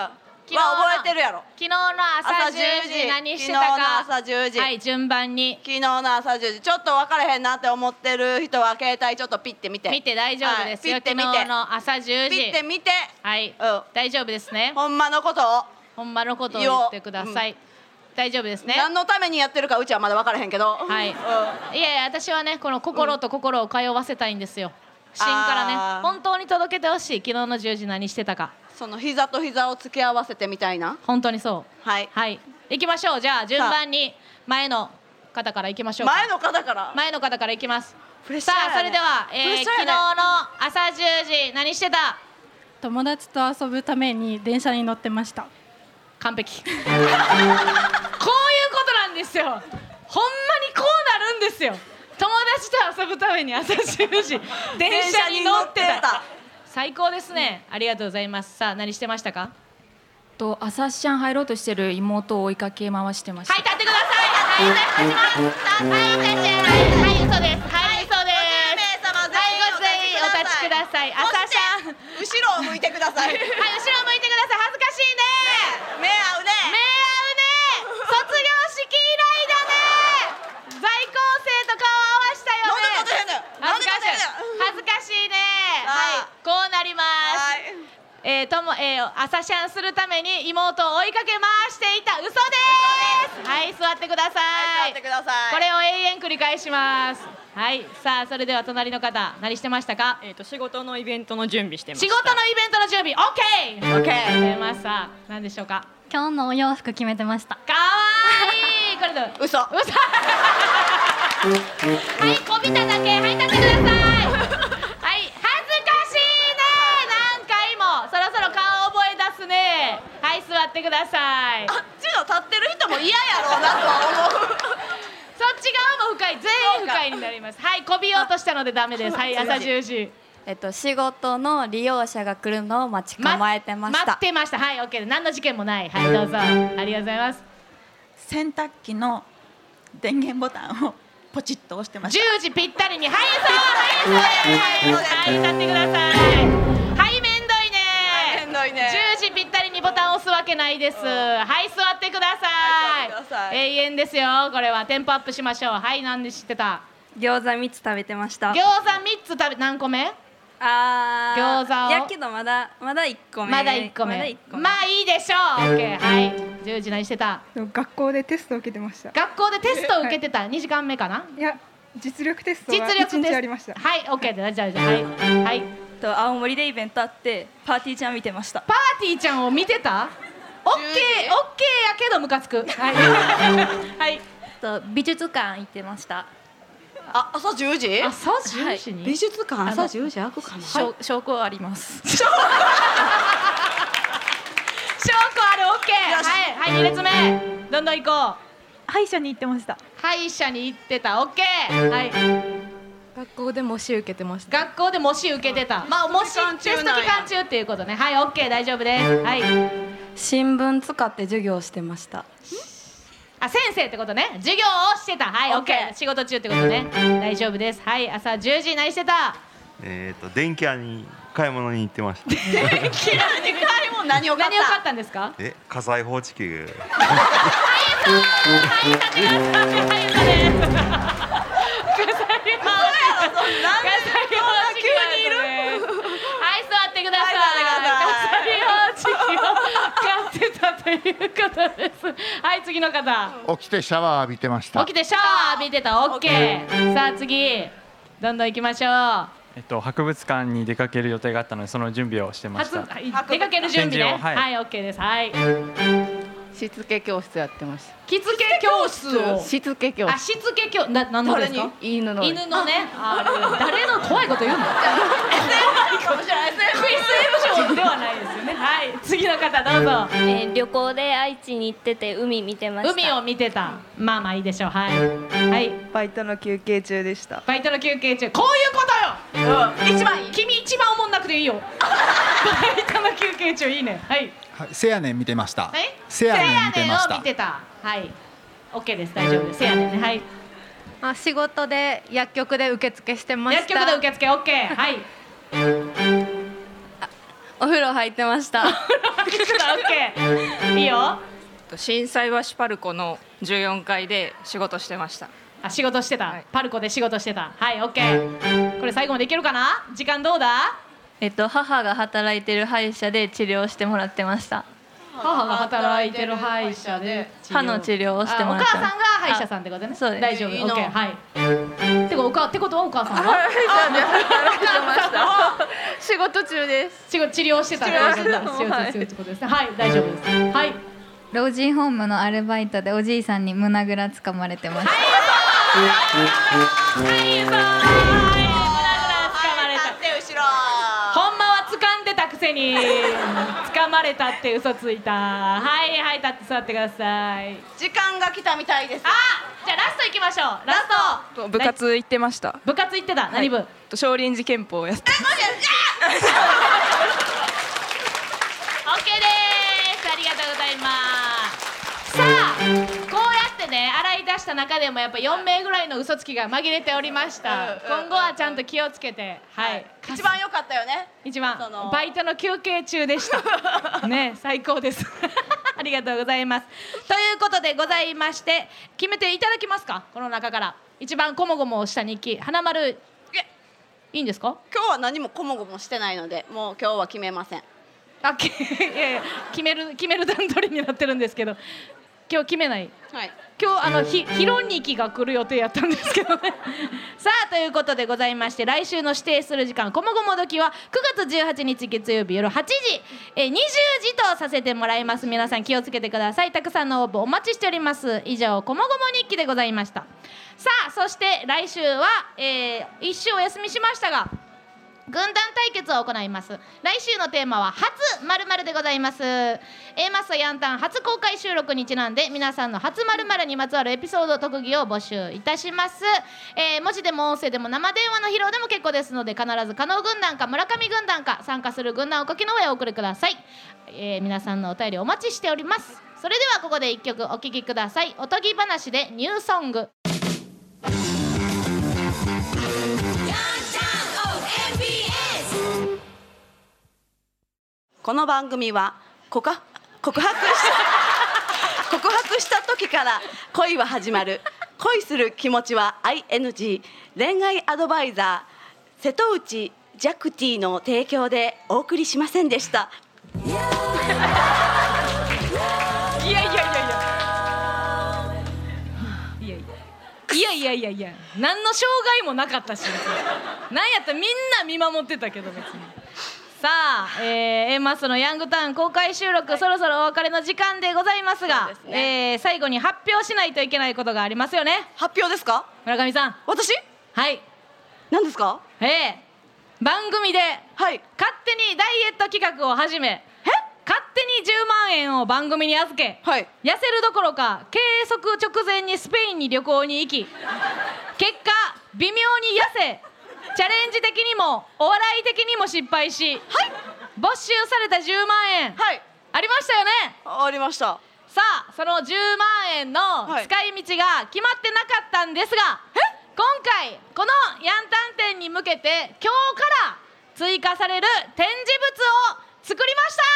昨日の覚えてるやろ。 昨日の朝じゅうじ何してたか。 昨日の朝じゅうじ。 はい、順番に。 昨日の朝じゅうじ。ちょっと分からへんなって思ってる人は携帯ちょっとピッて見て。 見て大丈夫ですよ。 はい、ピッて見て。 昨日の朝じゅうじ。 ピッて見て。 はい、うん、大丈夫ですね。 ほんまのことを。 ほんまのことを言ってください。うん、大丈夫ですね。 何のためにやってるかうちはまだ分からへんけど。 はい。うん、いやいや私はねこの心と心を通わせたいんですよ。芯からね本当に届けてほしい。昨日のじゅうじ何してたか。 その膝と膝を付け合わせてみたいな。 本当にそう。 はい。 はい。行きましょう。じゃあ順番に前の方から行きましょうか。 前の方から。 前の方から行きます。 ね、 さあそれでは、えー、昨日の朝じゅうじ何してた。 友達と遊ぶために電車に乗ってました。 完璧。こういうことなんですよ。ほんまにこうなるんですよ。友達と遊ぶために朝じゅうじ電車に乗ってた。最高ですね。ありがとうございます。さあ何してましたか。 と朝シャン入ろうとしてる妹を追いかけ回してました。 はい立ってください。はいお願いします。はいお願いします。はい嘘です。はい嘘です。はいご全員お立ちください。朝シャン後ろを向いてください。はい後ろ向いてください。恥ずかしいね。 目合うね。 目合うね。卒業式以来だね。在校生と顔合わしたよね。恥ずかしい。恥ずかしいね。はいこうなります。はいえーともえー、朝シャンするために妹を追いかけ回していた嘘です。はい座ってください。 はい座ってください。 これを永遠繰り返します。はいさあそれでは隣の方何してましたか。 えっと仕事のイベントの準備してました。 仕事のイベントの準備 OK。 OK 出ました。何でしょうか。 今日のお洋服決めてました。 かわいい。これで嘘嘘。 はいこびただけ。はい立ってください。はいそろそろ顔覚え出すね。はい座ってください。 あっちの立ってる人も嫌やろうなとは思う。 そっち側も深い。全員深いになります。はいこびようとしたのでダメです。はい朝じゅうじえっと仕事の利用者が来るのを待ち構えてました。 待ってました。はい OK 何の事件もない。はいどうぞありがとうございます。 洗濯機の電源ボタンをポチッと押してました。 じゅうじぴったりにはいそうはいそうはい立ってください。じゅうじぴったりにボタンを押すわけないです。はい座ってください。永遠ですよ。これはテンポアップしましょう。はい何で知ってた。 餃子みっつ食べてました。 餃子みっつ食べ何個目。 あ餃子をやけどまだまだいっこめ。 まだいっこめ。まだいっこめ。まあいいでしょう。 OK はいじゅうじ何してた。 学校でテストを受けてました。 学校でテストを受けてた、はい、にじかんめかな。 いや実力テストがいちにちありました。 はい OK でじゃあじゃあはいはいと青森でイベントあってパーティーちゃん見てました。 パーティーちゃんを見てた。オッケーオッケーやけどムカつく。はいはいと美術館行ってました。 あ朝じゅうじ。 朝じゅうじに、 はい、美術館朝じゅうじ開くかな。 証拠あります。 証拠ある。オッケーはいはいに列目どんどん行こう。 歯医者に行ってました。 歯医者に行ってた。オッケーはい学校で模試受けてました。 学校で模試受けてた。まあ模試テスト期間中っていうことね。はいオッケー大丈夫です。はい新聞使って授業してました。 あ先生ってことね。授業をしてた。はいオッケー仕事中ってことね。大丈夫です。はい朝じゅうじ何してた。 えっと電気屋に買い物に行ってました。 電気屋に買い物何を買った。 何を買ったんですか。 え火災報知器。はいはい立ってください。はい嘘です。火災急にいる。はい座ってください。火災報知器を買ってたということです。はい次の方。 起きてシャワー浴びてました。 起きてシャワー浴びてた。オッケー。さあ次どんどん行きましょう。 えっと博物館に出かける予定があったのでその準備をしてました。 出かける準備ね。 はい、 はい、オッケーです。はい。 しつけ教室やってました。 着付け教室を。 しつけ教室。 あ、しつけ教、な、なんのですか。 犬の。 犬のね。あ、誰の怖いこと言うの。エスエフ かもしれない。エスエフ ショーではないですよね。はい、次の方どうぞ。 えー、旅行で愛知に行ってて海見てました。 海を見てた。まあまあいいでしょう。はい。はい。 バイトの休憩中でした。 バイトの休憩中。こういうことよ。うん。一番いい。君一番おもんなくていいよ。バイトの休憩中いいね。はい。 はい、せやねん見てました。 はい。 せやねん見てました。 見てた。はい。オッケーです。大丈夫です。せやねんね。はい。 あ、仕事で薬局で受付してました。 薬局で受付オッケー。はい。 お風呂入ってました。 オッケー。いいよ。 心斎橋パルコのじゅうよんかいで仕事してました。 あ、仕事してた、はい、パルコで仕事してた。はい、オッケー。これ最後までいけるかな。時間どうだ。 えっと母が働いてる歯医者で治療してもらってました。 母が働いてる歯医者で歯の治療をしてもらってます。 お母さんが歯医者さんってことね。 そうです。 大丈夫。オッケー。はい。てかおかってことはお母さんは歯医者で働いてました。仕事中です。 仕事治療してた。治療してた。治療してるってことですね。はい、大丈夫です。はい。 老人ホームのアルバイトでおじいさんに胸ぐらつかまれてます。 はい、そう。はい、ほんまは掴んでたくせに掴まれたって嘘ついた。はいはい、立って座ってください。 時間が来たみたいです。 あ、じゃあラスト行きましょう。ラスト。 部活行ってました。 部活行ってた。何部？ 少林寺拳法をやって。 オッケーです。ありがとうございます。さあ、こうやってね洗い出した中でもやっぱよんめいぐらいの嘘つきが紛れておりました。今後はちゃんと気をつけて、はい。 一番良かったよね。 一番バイトの休憩中でしたね。最高ですありがとうございます。ということでございまして、決めていただきますか。この中から一番こもごもした日記、花丸。いいんですか。 今日は何もこもごもしてないので、もう今日は決めません。 あ、いやいや、決める決める段取りになってるんですけど、今日決めない。 はい。 今日あのひひろにきが来る予定やったんですけどねさあ、ということでございまして、来週の指定する時間こもごも時はくがつじゅうはちにち月曜日夜はちじ、えにじゅうじとさせてもらいます。皆さん気をつけてください。たくさんの応募お待ちしております。以上、こもごも日記でございました。さあ、そして来週は、えー、一週お休みしましたが軍団対決を行います。来週のテーマは初〇〇でございます。 A マッソヤンタン初公開収録にちなんで、皆さんの初〇〇にまつわるエピソード特技を募集いたします。えー、文字でも音声でも生電話の披露でも結構ですので、必ず加納軍団か村上軍団か参加する軍団をお書きの上お送りください。えー、皆さんのお便りお待ちしております。それではここでいっきょくお聴きください。おとぎ話でニューソング。 この番組は告白告白した告白した時から恋は始まる、恋する気持ちは アイエヌジー 恋愛アドバイザー瀬戸内ジャクティの提供でお送りしませんでした。 いやいやいやいやいやいやいやいやいや、何の障害もなかったし、なんやったらみんな見守ってたけど別に。さあ、えー、A マッソのヤングタウン公開収録、はい、そろそろお別れの時間でございますが、す、ね、えー、最後に発表しないといけないことがありますよね。 発表ですか。 村上さん。 私。 はい。 何ですか。 えー、番組で、はい、勝手にダイエット企画を始め、え勝手にじゅうまんえんを番組に預け、はい、痩せるどころか計測直前にスペインに旅行に行き結果微妙に痩せ、チャレンジ的にもお笑い的にも失敗し、はい、没収されたじゅうまんえん、はい、ありましたよね。 ありました。 さあ、そのじゅうまんえんの使い道が決まってなかったんですが、はい、今回このヤンタン展に向けて今日から追加される展示物を作りました。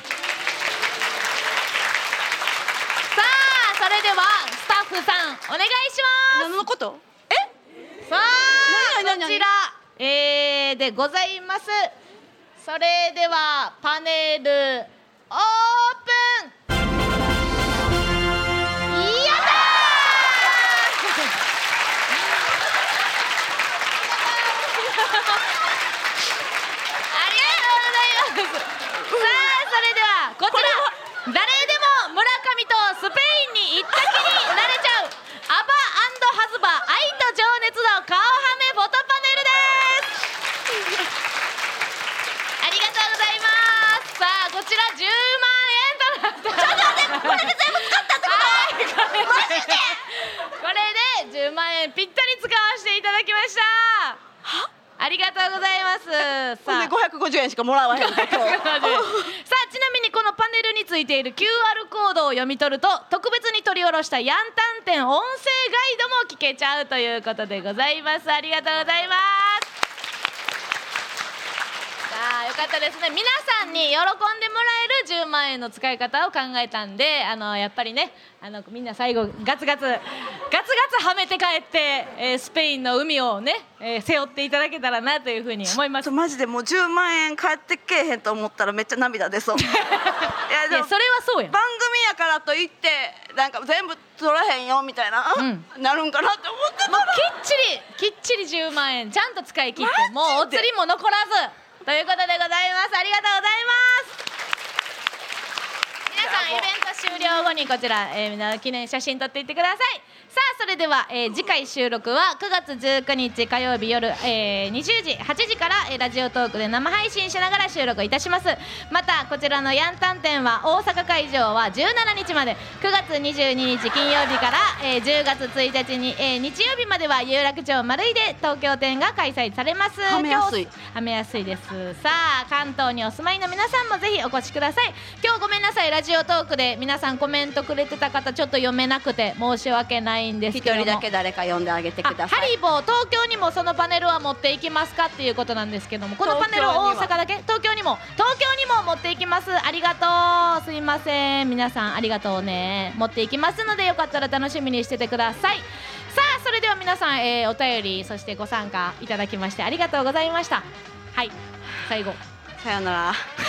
さあ、それではスタッフさんお願いします。 何のこと？ え？さあ、こちら、えー、でございます。それではパネルオープン。やったありがとうございます。さあ、それではこちら、誰でも村上とスペインに行った気になれちゃうアバ&ハズバ愛と情熱の顔はめフォトパネルですありがとうございます。さあ、こちらじゅうまんえんとなってます。ちょっと待って、これで全部使ったってこと？はい、マジでこれでじゅうまんえんぴったり使わせていただきました。は？ありがとうございます。 さあ、ごひゃくごじゅうえんしかもらわへんか今日。さあ、 ちなみにこのパネルについている キューアール コードを読み取ると特別に取り下ろしたヤンタン展音声ガイドも聞けちゃうということでございます。ありがとうございます。さあ、よかったですね。皆さんに喜んでもらえるじゅうまんえんの使い方を考えたんで、あのやっぱりね、あのみんな最後ガツガツガツガツはめて帰って、えー、スペインの海をね、えー、背負っていただけたらなというふうに思います。 マジでもうじゅうまんえん返ってけえへんと思ったらめっちゃ涙出そう。いやでもそれはそうやん。 番組やからといってなんか全部取らへんよみたいな、うん、なるんかなって思ってたら、 きっちりきっちりじゅうまんえんちゃんと使い切って、もうお釣りも残らずということでございます。ありがとうございます。皆さんイベント終了後にこちら、えー、みんな記念写真撮っていってください。さあそれでは、えー、次回収録はくがつじゅうくにち火曜日夜、えー、にじゅうじはちじから、えー、ラジオトークで生配信しながら収録いたします。またこちらのヤンタン展は大阪会場はじゅうしちにちまで、くがつにじゅうににち金曜日から、えー、じゅうがつついたちに、えー、日曜日までは有楽町マルイで東京展が開催されます。 はめやすいはめやすいです。さあ関東にお住まいの皆さんもぜひお越しください。今日ごめんなさい、ラジオトークで皆さんコメントくれてた方ちょっと読めなくて申し訳ないんですけども、 一人だけ誰か呼んであげてください。 ハリボー東京にもそのパネルは持っていきますかっていうことなんですけども、このパネルを大阪だけ、東京にも東京にも持っていきます。ありがとう、すいません、皆さんありがとうね。持っていきますのでよかったら楽しみにしててください。さあそれでは皆さん、えー、お便りそしてご参加いただきましてありがとうございました。はい、最後さよなら。